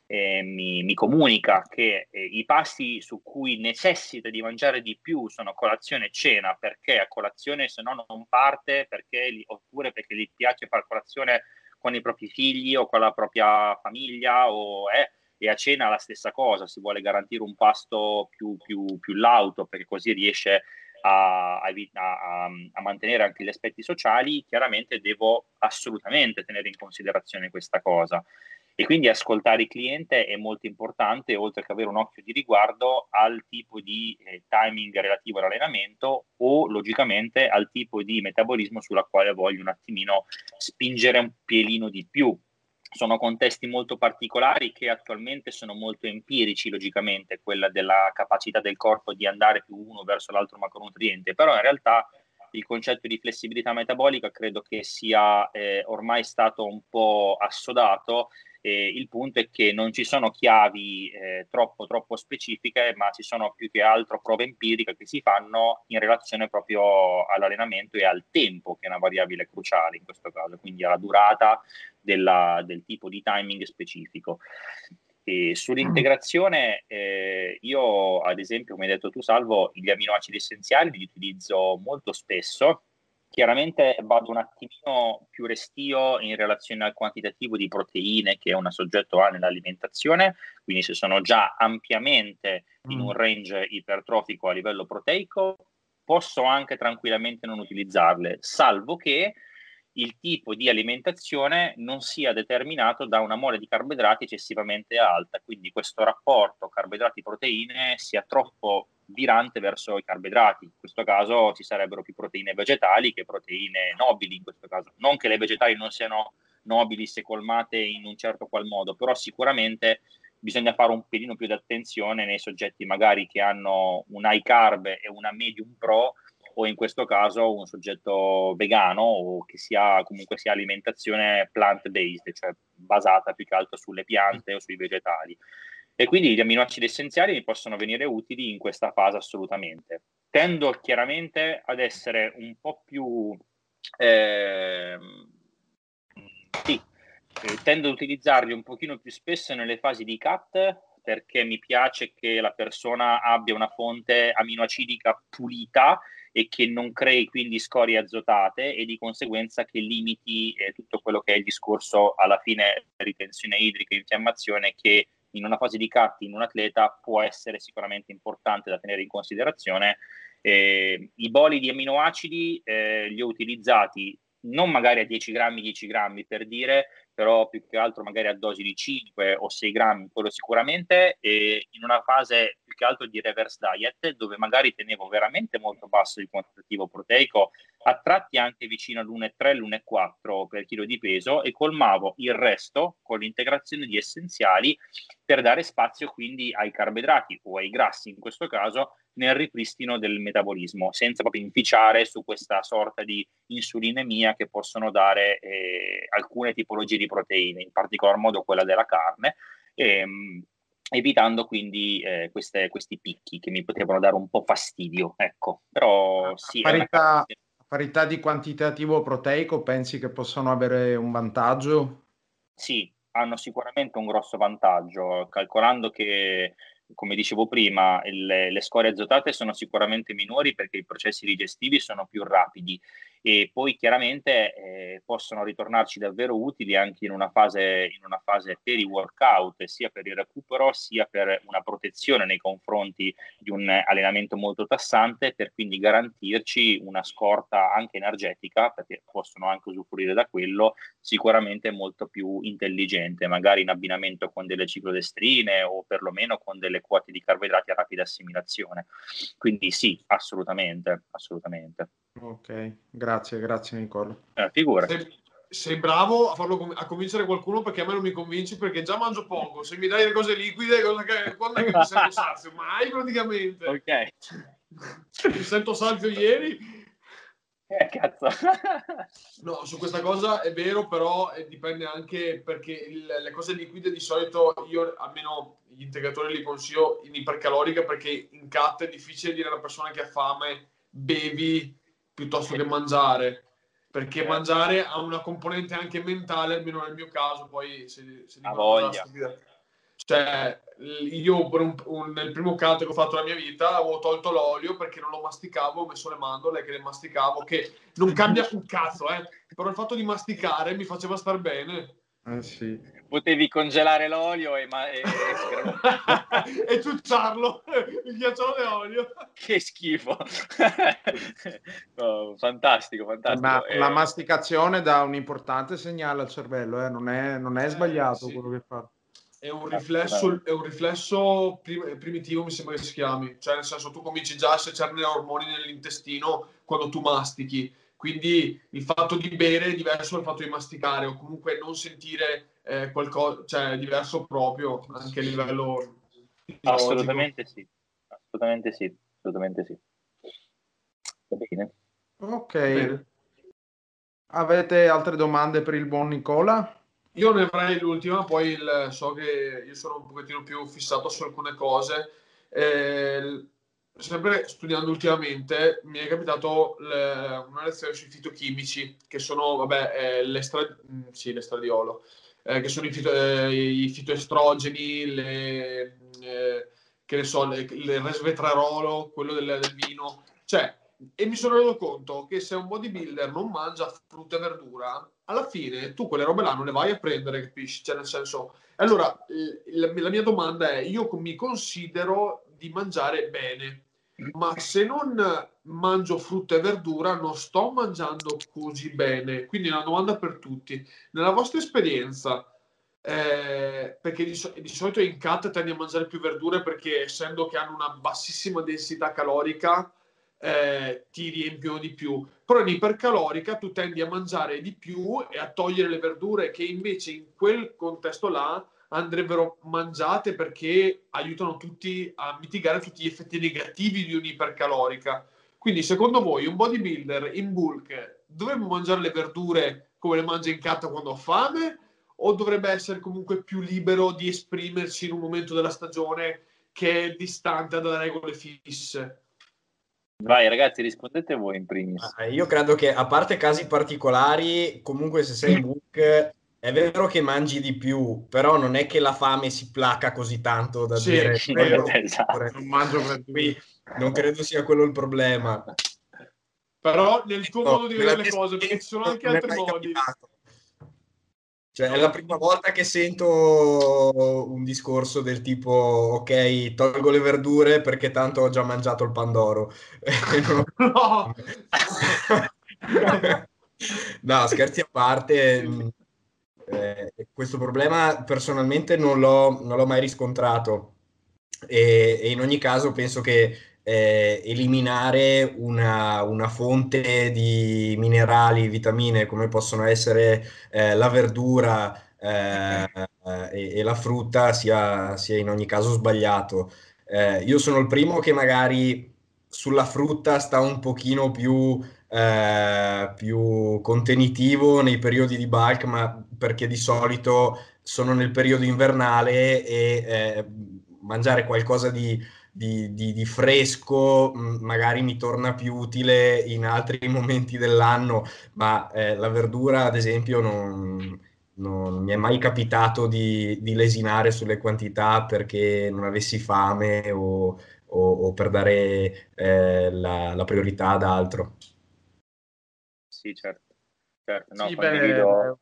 comunica che i pasti su cui necessita di mangiare di più sono colazione e cena, perché a colazione se no non parte, oppure perché gli piace fare colazione con i propri figli o con la propria famiglia, e a cena la stessa cosa, si vuole garantire un pasto più lauto, perché così riesce a mantenere anche gli aspetti sociali. Chiaramente devo assolutamente tenere in considerazione questa cosa, e quindi ascoltare il cliente è molto importante, oltre che avere un occhio di riguardo al tipo di timing relativo all'allenamento, o logicamente al tipo di metabolismo sulla quale voglio un attimino spingere un pelino di più. Sono contesti molto particolari che attualmente sono molto empirici, logicamente, quella della capacità del corpo di andare più uno verso l'altro macronutriente, però in realtà il concetto di flessibilità metabolica credo che sia ormai stato un po' assodato. Il punto è che non ci sono chiavi troppo specifiche, ma ci sono più che altro prove empiriche che si fanno in relazione proprio all'allenamento e al tempo, che è una variabile cruciale in questo caso, quindi alla durata del tipo di timing specifico. E sull'integrazione, io ad esempio, come hai detto tu Salvo, gli amminoacidi essenziali li utilizzo molto spesso. Chiaramente vado un attimino più restio in relazione al quantitativo di proteine che un soggetto ha nell'alimentazione, quindi se sono già ampiamente in un range ipertrofico a livello proteico, posso anche tranquillamente non utilizzarle, salvo che il tipo di alimentazione non sia determinato da una mole di carboidrati eccessivamente alta, quindi questo rapporto carboidrati-proteine sia troppo virante verso i carboidrati. In questo caso ci sarebbero più proteine vegetali che proteine nobili, in questo caso. Non che le vegetali non siano nobili se colmate in un certo qual modo, però sicuramente bisogna fare un pelino più di attenzione nei soggetti magari che hanno un high carb e una medium pro, o in questo caso un soggetto vegano o che comunque sia alimentazione plant-based, cioè basata più che altro sulle piante o sui vegetali. E quindi gli amminoacidi essenziali mi possono venire utili in questa fase assolutamente. Tendo chiaramente ad essere un po' più... tendo ad utilizzarli un pochino più spesso nelle fasi di cut, perché mi piace che la persona abbia una fonte aminoacidica pulita e che non crei quindi scorie azotate, e di conseguenza che limiti tutto quello che è il discorso alla fine ritenzione idrica e infiammazione, che in una fase di cut in un atleta può essere sicuramente importante da tenere in considerazione. I boli di amminoacidi li ho utilizzati non magari a 10 grammi per dire, però più che altro magari a dosi di 5 o 6 grammi, quello sicuramente, e in una fase più che altro di reverse diet, dove magari tenevo veramente molto basso il quantitativo proteico, a tratti anche vicino all'1,3, l'1,4 per chilo di peso, e colmavo il resto con l'integrazione di essenziali per dare spazio quindi ai carboidrati o ai grassi in questo caso nel ripristino del metabolismo, senza proprio inficiare su questa sorta di insulinemia che possono dare alcune tipologie di proteine, in particolar modo quella della carne, evitando quindi questi picchi che mi potevano dare un po' fastidio. Ecco, però sì, a parità di quantitativo proteico, pensi che possano avere un vantaggio? Sì, hanno sicuramente un grosso vantaggio, calcolando che, come dicevo prima, le scorie azotate sono sicuramente minori perché i processi digestivi sono più rapidi, e poi chiaramente possono ritornarci davvero utili anche in una fase per i workout, sia per il recupero sia per una protezione nei confronti di un allenamento molto tassante, per quindi garantirci una scorta anche energetica, perché possono anche usufruire da quello, sicuramente molto più intelligente, magari in abbinamento con delle ciclodestrine o perlomeno con delle quote di carboidrati a rapida assimilazione. Quindi sì, assolutamente. Ok, grazie Nicola. Figura. Sei bravo a convincere qualcuno, perché a me non mi convinci, perché già mangio poco. Se mi dai le cose liquide, quando è che mi sento sazio? Mai praticamente. Ok. Mi sento sazio ieri. Cazzo. No, su questa cosa è vero, però dipende anche, perché le cose liquide di solito io, almeno gli integratori li consiglio in ipercalorica, perché in cut è difficile dire alla persona che ha fame bevi piuttosto che mangiare, perché mangiare ha una componente anche mentale, almeno nel mio caso. Poi se dicono una cosa stupida, cioè io nel primo cut che ho fatto la mia vita avevo tolto l'olio perché non lo masticavo, ho messo le mandorle che le masticavo, che non cambia un cazzo, però il fatto di masticare mi faceva star bene. Sì. Potevi congelare l'olio e e ciucciarlo, il ghiacciolo d'olio. Che schifo. Oh, fantastico. Ma la masticazione dà un importante segnale al cervello, non è sbagliato, sì, quello che fa. È un riflesso primitivo, mi sembra che si chiami. Cioè, nel senso, tu cominci già a secernere ormoni nell'intestino quando tu mastichi. Quindi il fatto di bere è diverso dal fatto di masticare, o comunque non sentire qualcosa, cioè è diverso proprio anche a livello assolutamente sì. Va bene. Ok. Bene. Avete altre domande per il buon Nicola? Io ne avrei l'ultima, poi so che io sono un pochettino più fissato su alcune cose. Sempre studiando ultimamente, mi è capitato una lezione sui fitochimici, che sono, l'estradiolo, che sono i fitoestrogeni, che ne so, il resveratrolo, quello del vino. Cioè, e mi sono reso conto che se un bodybuilder non mangia frutta e verdura, alla fine tu quelle robe là non le vai a prendere, capisci? Cioè, nel senso, allora la mia domanda è: io mi considero di mangiare bene, ma se non mangio frutta e verdura non sto mangiando così bene. Quindi è una domanda per tutti: nella vostra esperienza, perché di solito in cut tendi a mangiare più verdure perché essendo che hanno una bassissima densità calorica ti riempiono di più, però in ipercalorica tu tendi a mangiare di più e a togliere le verdure che invece in quel contesto là andrebbero mangiate perché aiutano tutti a mitigare tutti gli effetti negativi di un'ipercalorica. Quindi secondo voi un bodybuilder in bulk dovrebbe mangiare le verdure come le mangia in cut quando ha fame, o dovrebbe essere comunque più libero di esprimersi in un momento della stagione che è distante da regole fisse? Vai ragazzi, rispondete voi in primis. Io credo che, a parte casi particolari, comunque se sei in bulk è vero che mangi di più, però non è che la fame si placa così tanto da Sì, dire vero. Esatto. Non mangio verdure. Qui non credo sia quello il problema. Però nel tuo modo di vedere le nella cose, mia perché ci sono anche non è altri mai modi. capitato. Cioè, è la prima volta che sento un discorso del tipo, ok, tolgo le verdure perché tanto ho già mangiato il pandoro. No. No, scherzi a parte, questo problema personalmente non l'ho mai riscontrato e in ogni caso penso che eliminare una fonte di minerali, vitamine come possono essere la verdura e la frutta sia in ogni caso sbagliato. Io sono il primo che magari sulla frutta sta un pochino più contenitivo nei periodi di bulk, ma perché di solito sono nel periodo invernale e mangiare qualcosa di fresco magari mi torna più utile in altri momenti dell'anno, ma la verdura, ad esempio, non mi è mai capitato di lesinare sulle quantità perché non avessi fame o per dare la priorità ad altro. Sì, certo. Certo, no, Sì, condivido.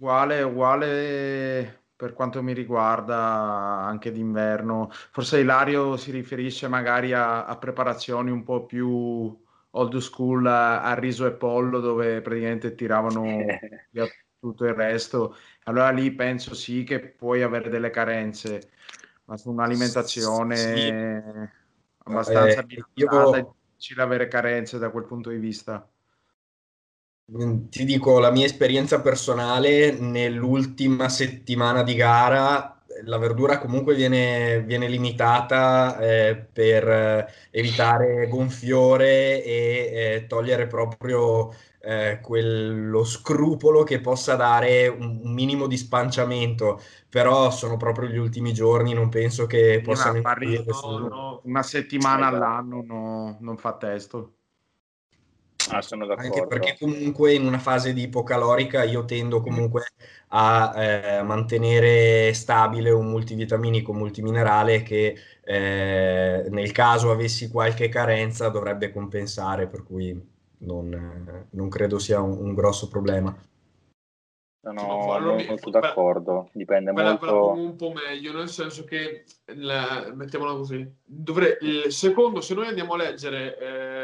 uguale per quanto mi riguarda anche d'inverno. Forse Ilario si riferisce magari a preparazioni un po' più old school, a riso e pollo, dove praticamente tiravano via tutto il resto. Allora lì penso sì che puoi avere delle carenze, ma su Sì, un'alimentazione abbastanza bilanciata è io difficile avere carenze da quel punto di vista. ti dico la mia esperienza personale, nell'ultima settimana di gara la verdura comunque viene limitata per evitare gonfiore e togliere proprio quello scrupolo che possa dare un minimo di spanciamento, però sono proprio gli ultimi giorni, non penso che Sì, ma possano parli influire No, su... no. una settimana Esatto. all'anno, non fa testo. Ah, sono Anche perché d'accordo. comunque in una fase di ipocalorica io tendo comunque a mantenere stabile un multivitaminico, multiminerale che nel caso avessi qualche carenza dovrebbe compensare, per cui non credo sia un grosso problema. Sono Allora molto d'accordo. Dipende ve la pongo molto. un po' meglio, nel senso che, mettiamola così, il secondo, se noi andiamo a leggere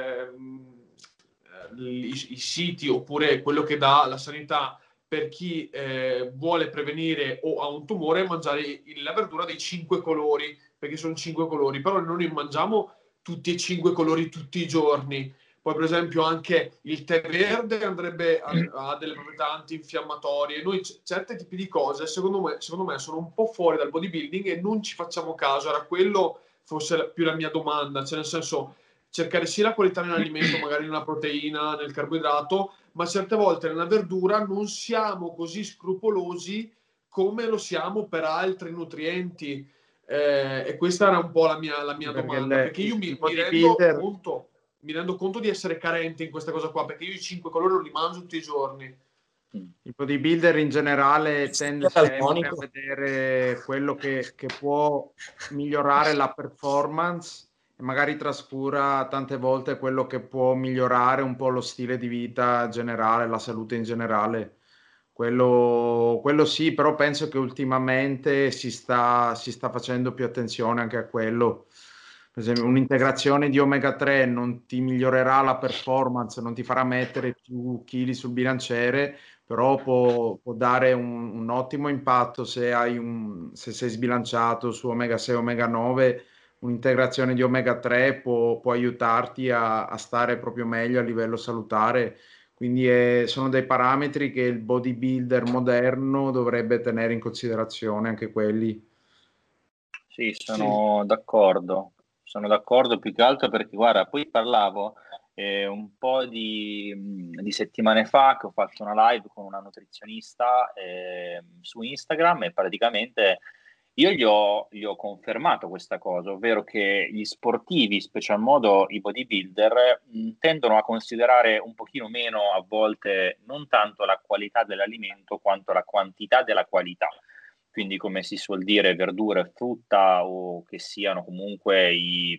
i siti oppure quello che dà la sanità per chi vuole prevenire o ha un tumore, mangiare la verdura dei 5 colori, perché sono 5 colori, però noi non mangiamo tutti e 5 colori tutti i giorni. Poi, per esempio, anche il tè verde andrebbe a delle proprietà antinfiammatorie. Noi certi tipi di cose, secondo me, sono un po' fuori dal bodybuilding e non ci facciamo caso. Era quello forse più la mia domanda, cioè nel senso cercare sia la qualità nell'alimento, magari nella proteina, nel carboidrato, ma certe volte nella verdura non siamo così scrupolosi come lo siamo per altri nutrienti. E questa era un po' la mia Perché domanda, perché io il mi bodybuilder, rendo conto di essere carente in questa cosa qua, perché io i 5 colori non li mangio tutti i giorni. il bodybuilder in generale tende Sia sempre a daltonico. vedere quello che può migliorare la performance e magari trascura tante volte quello che può migliorare un po' lo stile di vita generale, la salute in generale. Quello sì, però penso che ultimamente si sta facendo più attenzione anche a quello. Per esempio, un'integrazione di omega 3 non ti migliorerà la performance, non ti farà mettere più chili sul bilanciere, però può dare un ottimo impatto se sei sbilanciato su omega 6 omega 9. Un'integrazione di omega 3 può aiutarti a stare proprio meglio a livello salutare. Quindi sono dei parametri che il bodybuilder moderno dovrebbe tenere in considerazione, anche quelli. Sì, sono d'accordo. Sono d'accordo più che altro perché, guarda, poi parlavo un po' di settimane fa che ho fatto una live con una nutrizionista su Instagram e praticamente io gli ho confermato questa cosa, ovvero che gli sportivi, special modo i bodybuilder, tendono a considerare un pochino meno a volte non tanto la qualità dell'alimento quanto la quantità della qualità. Quindi, come si suol dire, verdura e frutta o che siano comunque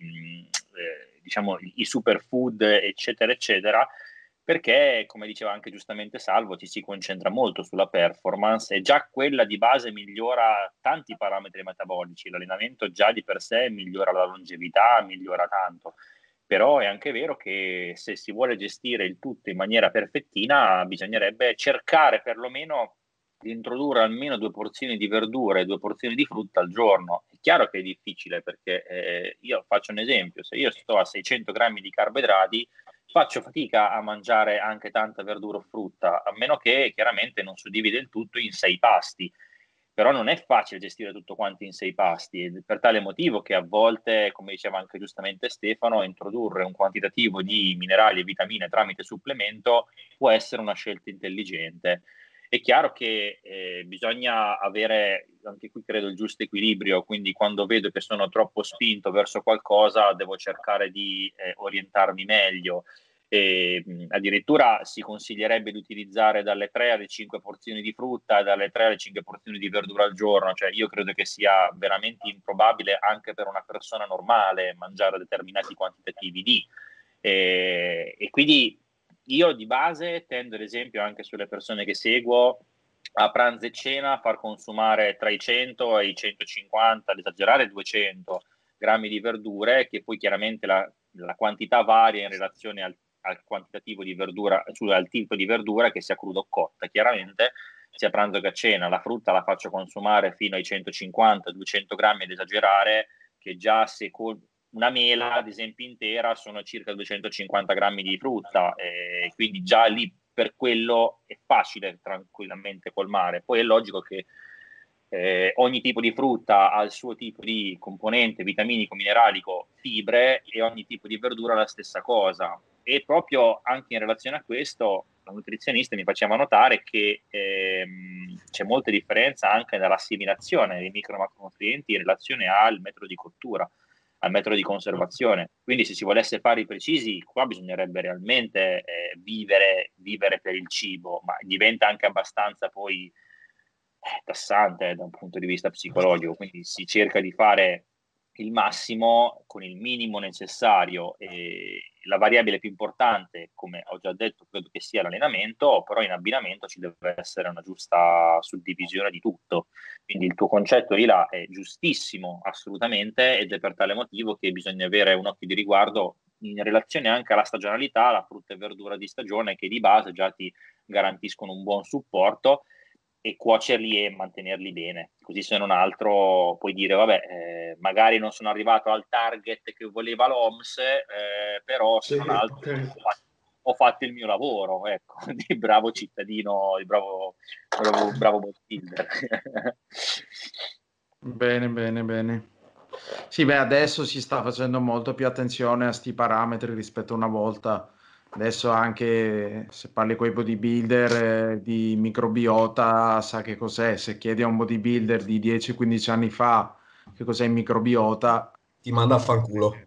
diciamo, i superfood, eccetera, eccetera, perché, come diceva anche giustamente Salvo, ci si concentra molto sulla performance e già quella di base migliora tanti parametri metabolici. L'allenamento già di per sé migliora la longevità, migliora tanto. Però è anche vero che se si vuole gestire il tutto in maniera perfettina, bisognerebbe cercare perlomeno di introdurre almeno 2 porzioni di verdura e 2 porzioni di frutta al giorno. È chiaro che è difficile perché io faccio un esempio: se io sto a 600 grammi di carboidrati, faccio fatica a mangiare anche tanta verdura o frutta, a meno che chiaramente non suddivide il tutto in 6 pasti. Però non è facile gestire tutto quanto in 6 pasti, ed è per tale motivo che a volte, come diceva anche giustamente Stefano, introdurre un quantitativo di minerali e vitamine tramite supplemento può essere una scelta intelligente. È chiaro che bisogna avere, anche qui credo, il giusto equilibrio, quindi quando vedo che sono troppo spinto verso qualcosa devo cercare di orientarmi meglio. Addirittura si consiglierebbe di utilizzare dalle 3 alle 5 porzioni di frutta e dalle 3 alle 5 porzioni di verdura al giorno. Cioè, io credo che sia veramente improbabile anche per una persona normale mangiare determinati quantitativi di. E quindi io di base tendo, ad esempio, anche sulle persone che seguo, a pranzo e cena a far consumare tra i 100 e i 150, ad esagerare 200 grammi di verdure, che poi chiaramente la quantità varia in relazione al quantitativo di verdura, al tipo di verdura, che sia cruda o cotta. Chiaramente sia a pranzo che a cena la frutta la faccio consumare fino ai 150-200 grammi ad esagerare, che già se una mela, ad esempio, intera sono circa 250 grammi di frutta, quindi già lì per quello è facile tranquillamente colmare. Poi è logico che ogni tipo di frutta ha il suo tipo di componente vitaminico, mineralico, fibre, e ogni tipo di verdura ha la stessa cosa. E proprio anche in relazione a questo, la nutrizionista mi faceva notare che c'è molta differenza anche nell'assimilazione dei micro e macronutrienti in relazione al metodo di cottura, al metodo di conservazione. Quindi se si volesse fare i precisi, qua bisognerebbe realmente vivere per il cibo, ma diventa anche abbastanza poi tassante da un punto di vista psicologico. Quindi si cerca di fare il massimo con il minimo necessario, e la variabile più importante, come ho già detto, credo che sia l'allenamento, però in abbinamento ci deve essere una giusta suddivisione di tutto. Quindi il tuo concetto lì là è giustissimo, assolutamente, ed è per tale motivo che bisogna avere un occhio di riguardo in relazione anche alla stagionalità, la frutta e verdura di stagione, che di base già ti garantiscono un buon supporto, e cuocerli e mantenerli bene, così se non altro puoi dire vabbè, magari non sono arrivato al target che voleva l'OMS, però se non altro ho fatto il mio lavoro, ecco, di bravo cittadino, di bravo bodybuilder. Bene, bene, bene. Sì, beh, adesso si sta facendo molto più attenzione a sti parametri rispetto a una volta. Adesso anche se parli con i bodybuilder di microbiota, sa che cos'è. Se chiedi a un bodybuilder di 10-15 anni fa che cos'è il microbiota, Ti manda a fanculo.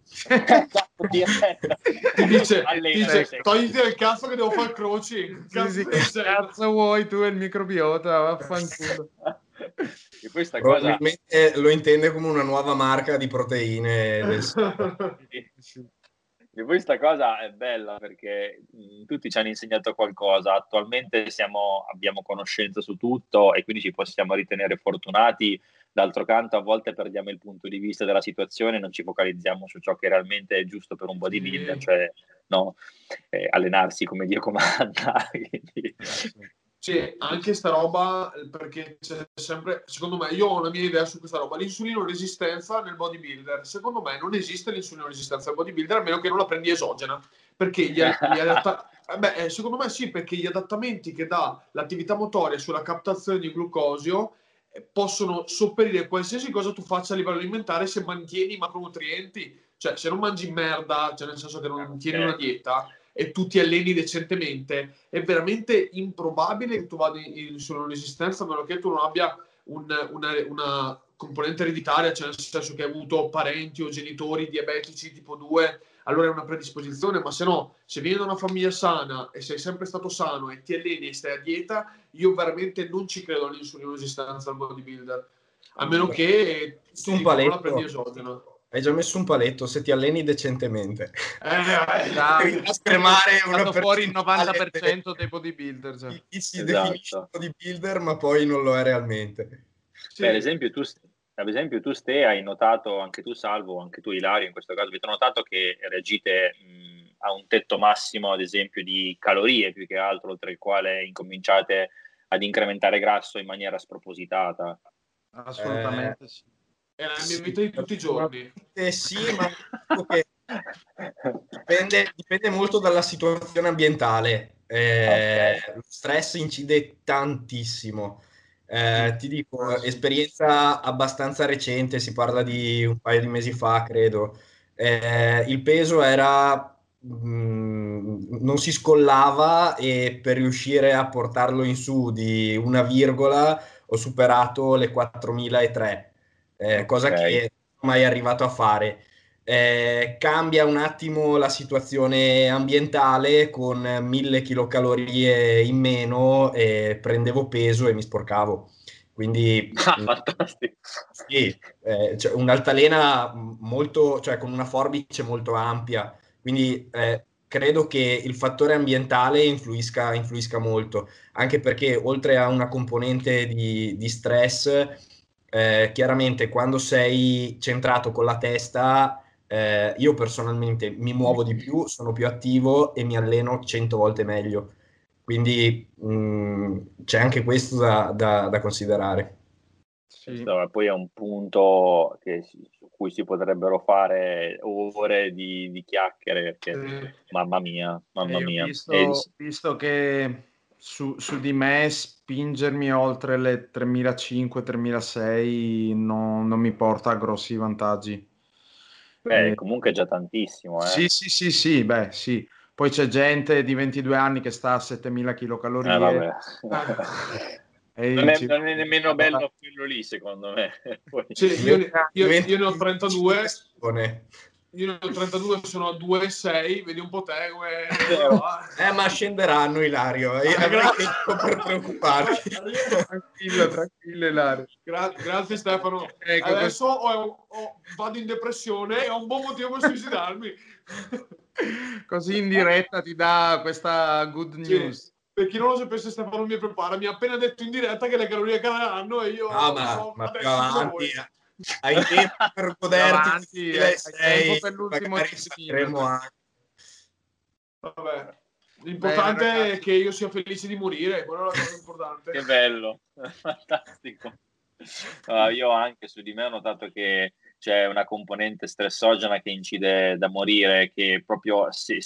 Ti dice togliti del cazzo che devo fare croci. Che cazzo vuoi tu il microbiota? Vaffanculo. E questa probabilmente cosa lo intende come una nuova marca di proteine del E questa cosa è bella perché tutti ci hanno insegnato qualcosa. Attualmente abbiamo conoscenza su tutto e quindi ci possiamo ritenere fortunati. D'altro canto, a volte perdiamo il punto di vista della situazione e non ci focalizziamo su ciò che realmente è giusto per un bodybuilder, cioè no, allenarsi come Dio comanda. Quindi Sì, anche sta roba, perché c'è sempre, secondo me, io ho una mia idea su questa roba, l'insulino resistenza nel bodybuilder. Secondo me non esiste l'insulino resistenza nel bodybuilder, a meno che non la prendi esogena, perché secondo me sì, perché gli adattamenti che dà l'attività motoria sulla captazione di glucosio possono sopperire qualsiasi cosa tu faccia a livello alimentare se mantieni i macronutrienti, cioè se non mangi merda, cioè nel senso che non tieni una dieta e tu ti alleni decentemente, è veramente improbabile che tu vada in insulino resistenza a meno che tu non abbia una componente ereditaria, cioè nel senso che hai avuto parenti o genitori diabetici tipo 2, allora è una predisposizione, ma se no, se vieni da una famiglia sana e sei sempre stato sano e ti alleni e stai a dieta, io veramente non ci credo all'insulino resistenza al bodybuilder, a meno che Su un non la prendi paletto. esogena. Hai già messo un paletto se ti alleni decentemente. Dai, Spremare una dato fuori il percentuale 90% dei bodybuilder. Cioè. chi si Esatto. definisce bodybuilder, ma poi non lo è realmente. Sì. Beh, ad esempio tu Ste hai notato, anche tu Salvo, anche tu Ilario in questo caso, avete notato che reagite a un tetto massimo, ad esempio, di calorie più che altro, oltre il quale incominciate ad incrementare grasso in maniera spropositata. Assolutamente sì. È la mia vita di tutti i giorni. Sì, ma dico che dipende molto dalla situazione ambientale. Ok. Lo stress incide tantissimo. Ti dico, Sì. esperienza abbastanza recente, si parla di un paio di mesi fa, credo. Il peso era, non si scollava e per riuscire a portarlo in su di una virgola ho superato le 4.003, cosa Ok. che non mai arrivato a fare. Cambia un attimo la situazione ambientale con 1.000 kcal in meno e prendevo peso e mi sporcavo. Quindi Fantastico. sì, cioè, un'altalena molto, cioè con una forbice molto ampia, quindi credo che il fattore ambientale influisca molto, anche perché oltre a una componente di stress, chiaramente quando sei centrato con la testa, io personalmente mi muovo di più, sono più attivo e mi alleno 100 volte meglio. Quindi c'è anche questo da considerare. Sì. Questo poi è un punto su cui si potrebbero fare ore di chiacchiere, perché mamma mia. Io ho E visto che su di me spingermi oltre le 3.500-3.600 non mi porta a grossi vantaggi. beh, comunque è già tantissimo, Sì, sì, sì, sì, beh, sì. Poi c'è gente di 22 anni che sta a 7.000 kcal Vabbè. e Non è, dici, non è nemmeno allora, bello quello lì, secondo me. Poi... Sì, io ne ho 32, Diventa io ne ho 32, sono a 2,6, vedi un po' te come va. ma scenderanno, Ilario, avrai tempo per preoccuparti. tranquillo, Ilario. Grazie Stefano. Ecco, Adesso vado in depressione e ho un buon motivo per suicidarmi. così in diretta ti dà questa good news. Sì. Per chi non lo sapesse, Stefano mi prepara, mi ha appena detto in diretta che le calorie caleranno e io No, so ma più adesso come avanti voi. hai tempo per goderti Avanti, il hai tempo 2006, per l'ultimo magari cheerleader. saliremo anche. Vabbè. Bene, L'importante ragazzi. è che io sia felice di morire, quella è la cosa importante. Che bello, fantastico. Io anche su di me ho notato che c'è una componente stressogena che incide da morire, che proprio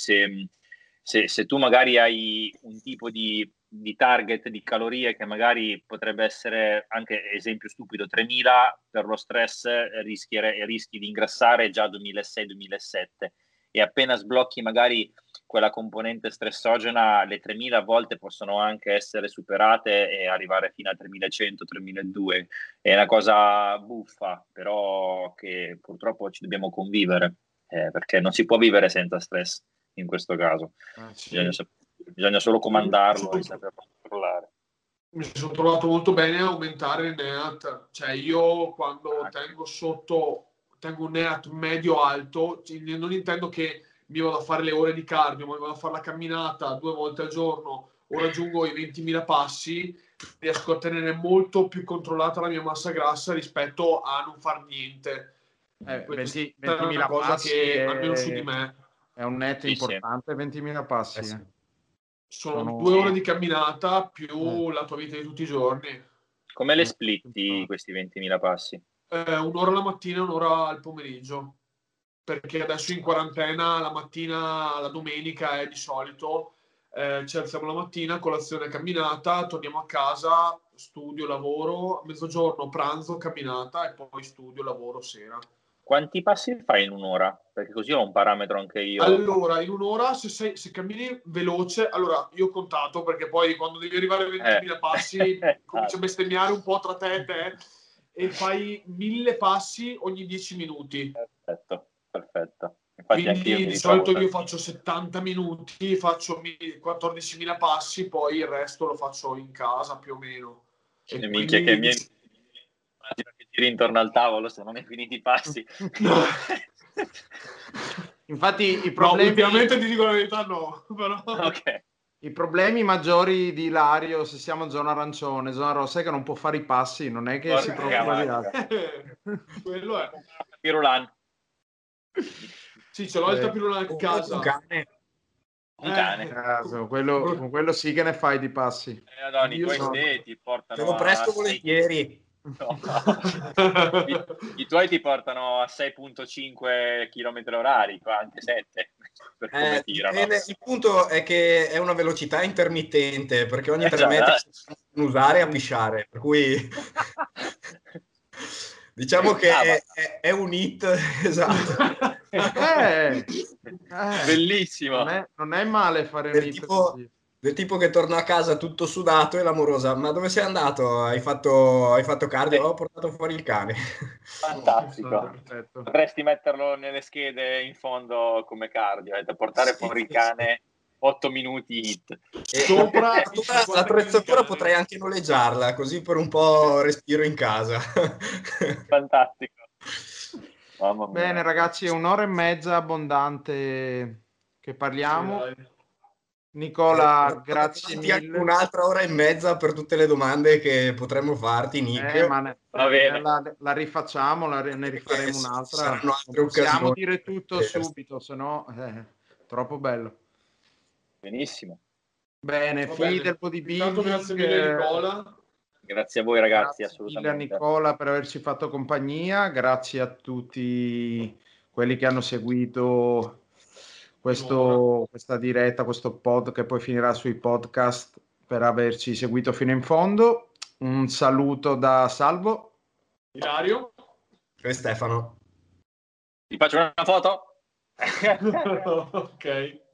se tu magari hai un tipo di target di calorie che magari potrebbe essere, anche esempio stupido, 3.000, per lo stress rischi di ingrassare già 2006-2007 e appena sblocchi magari quella componente stressogena, le 3.000 a volte possono anche essere superate e arrivare fino a 3.100-3.200. È una cosa buffa, però che purtroppo ci dobbiamo convivere, perché non si può vivere senza stress in questo caso. Sì. Bisogna solo comandarlo e saperlo controllare. Mi sono trovato molto bene a aumentare il NEAT, cioè io quando tengo un NEAT medio alto, non intendo che mi vado a fare le ore di cardio, ma mi vado a fare la camminata 2 volte al giorno o raggiungo i 20.000 passi, riesco a tenere molto più controllata la mia massa grassa rispetto a non far niente. Questa è una 20.000 cosa passi che almeno su di me è un netto Sì, sì. importante, 20.000 passi. Sì. Sono 2 ore di camminata più la tua vita di tutti i giorni. Come le splitti questi 20.000 passi? Un'ora la mattina e un'ora al pomeriggio, perché adesso in quarantena la mattina, la domenica è di solito, ci alziamo la mattina, colazione, camminata, torniamo a casa, studio, lavoro, a mezzogiorno pranzo, camminata e poi studio, lavoro, sera. Quanti passi fai in un'ora? Perché così ho un parametro anche io. Allora, in un'ora, se cammini veloce, allora io ho contato, perché poi quando devi arrivare a 20.000 passi cominci a bestemmiare un po' tra te e te, e fai 1.000 passi ogni 10 minuti. Perfetto. Infatti quindi anche io di solito io faccio 70 minuti, faccio 14.000 passi, poi il resto lo faccio in casa più o meno. E minchia che mi che giri intorno al tavolo se non hai finito i passi. Infatti i problemi... ultimamente ti dico la verità, no. Però... Ok. I problemi maggiori di Ilario, se siamo in zona arancione, zona rossa, è che non può fare i passi, non è che si preoccupa di altro. Quello è. Pirulan. Sì, ce l'ho il tapirulan a casa. Un cane. Un cane. Con quello sì che ne fai di passi. Madonna, i tuoi stay ti portano te lo presto volentieri. No. I tuoi ti portano a 6.5 km orari, qua anche 7 per come tirano. Il punto è che è una velocità intermittente, perché ogni 3 metri si possono usare a pisciare, per cui diciamo che è un hit, esatto. Bellissimo. Non è male fare un hit così. Del tipo che torna a casa tutto sudato e l'amorosa, ma dove sei andato? Hai fatto cardio? Ho portato fuori il cane. Fantastico. Perfetto. Potresti metterlo nelle schede in fondo come cardio, portare fuori il cane 8 minuti hit. Sopra l'attrezzatura potrei anche noleggiarla, così per un po' respiro in casa. Fantastico. Mamma mia. Bene ragazzi, è 1 ora e mezza abbondante che parliamo. Sì, Nicola, grazie mille. Anche un'altra ora e mezza per tutte le domande che potremmo farti, Nick. Va bene. La rifacciamo, ne rifaremo un'altra. Non possiamo dire tutto subito, se no troppo bello. Benissimo. Bene, figli del bodybuilding. Grazie mille Nicola. Grazie a voi ragazzi, Grazie assolutamente. mille a Nicola per averci fatto compagnia, grazie a tutti quelli che hanno seguito questa diretta, questo pod che poi finirà sui podcast, per averci seguito fino in fondo. Un saluto da Salvo, Ilario e Stefano. Ti faccio una foto? Ok.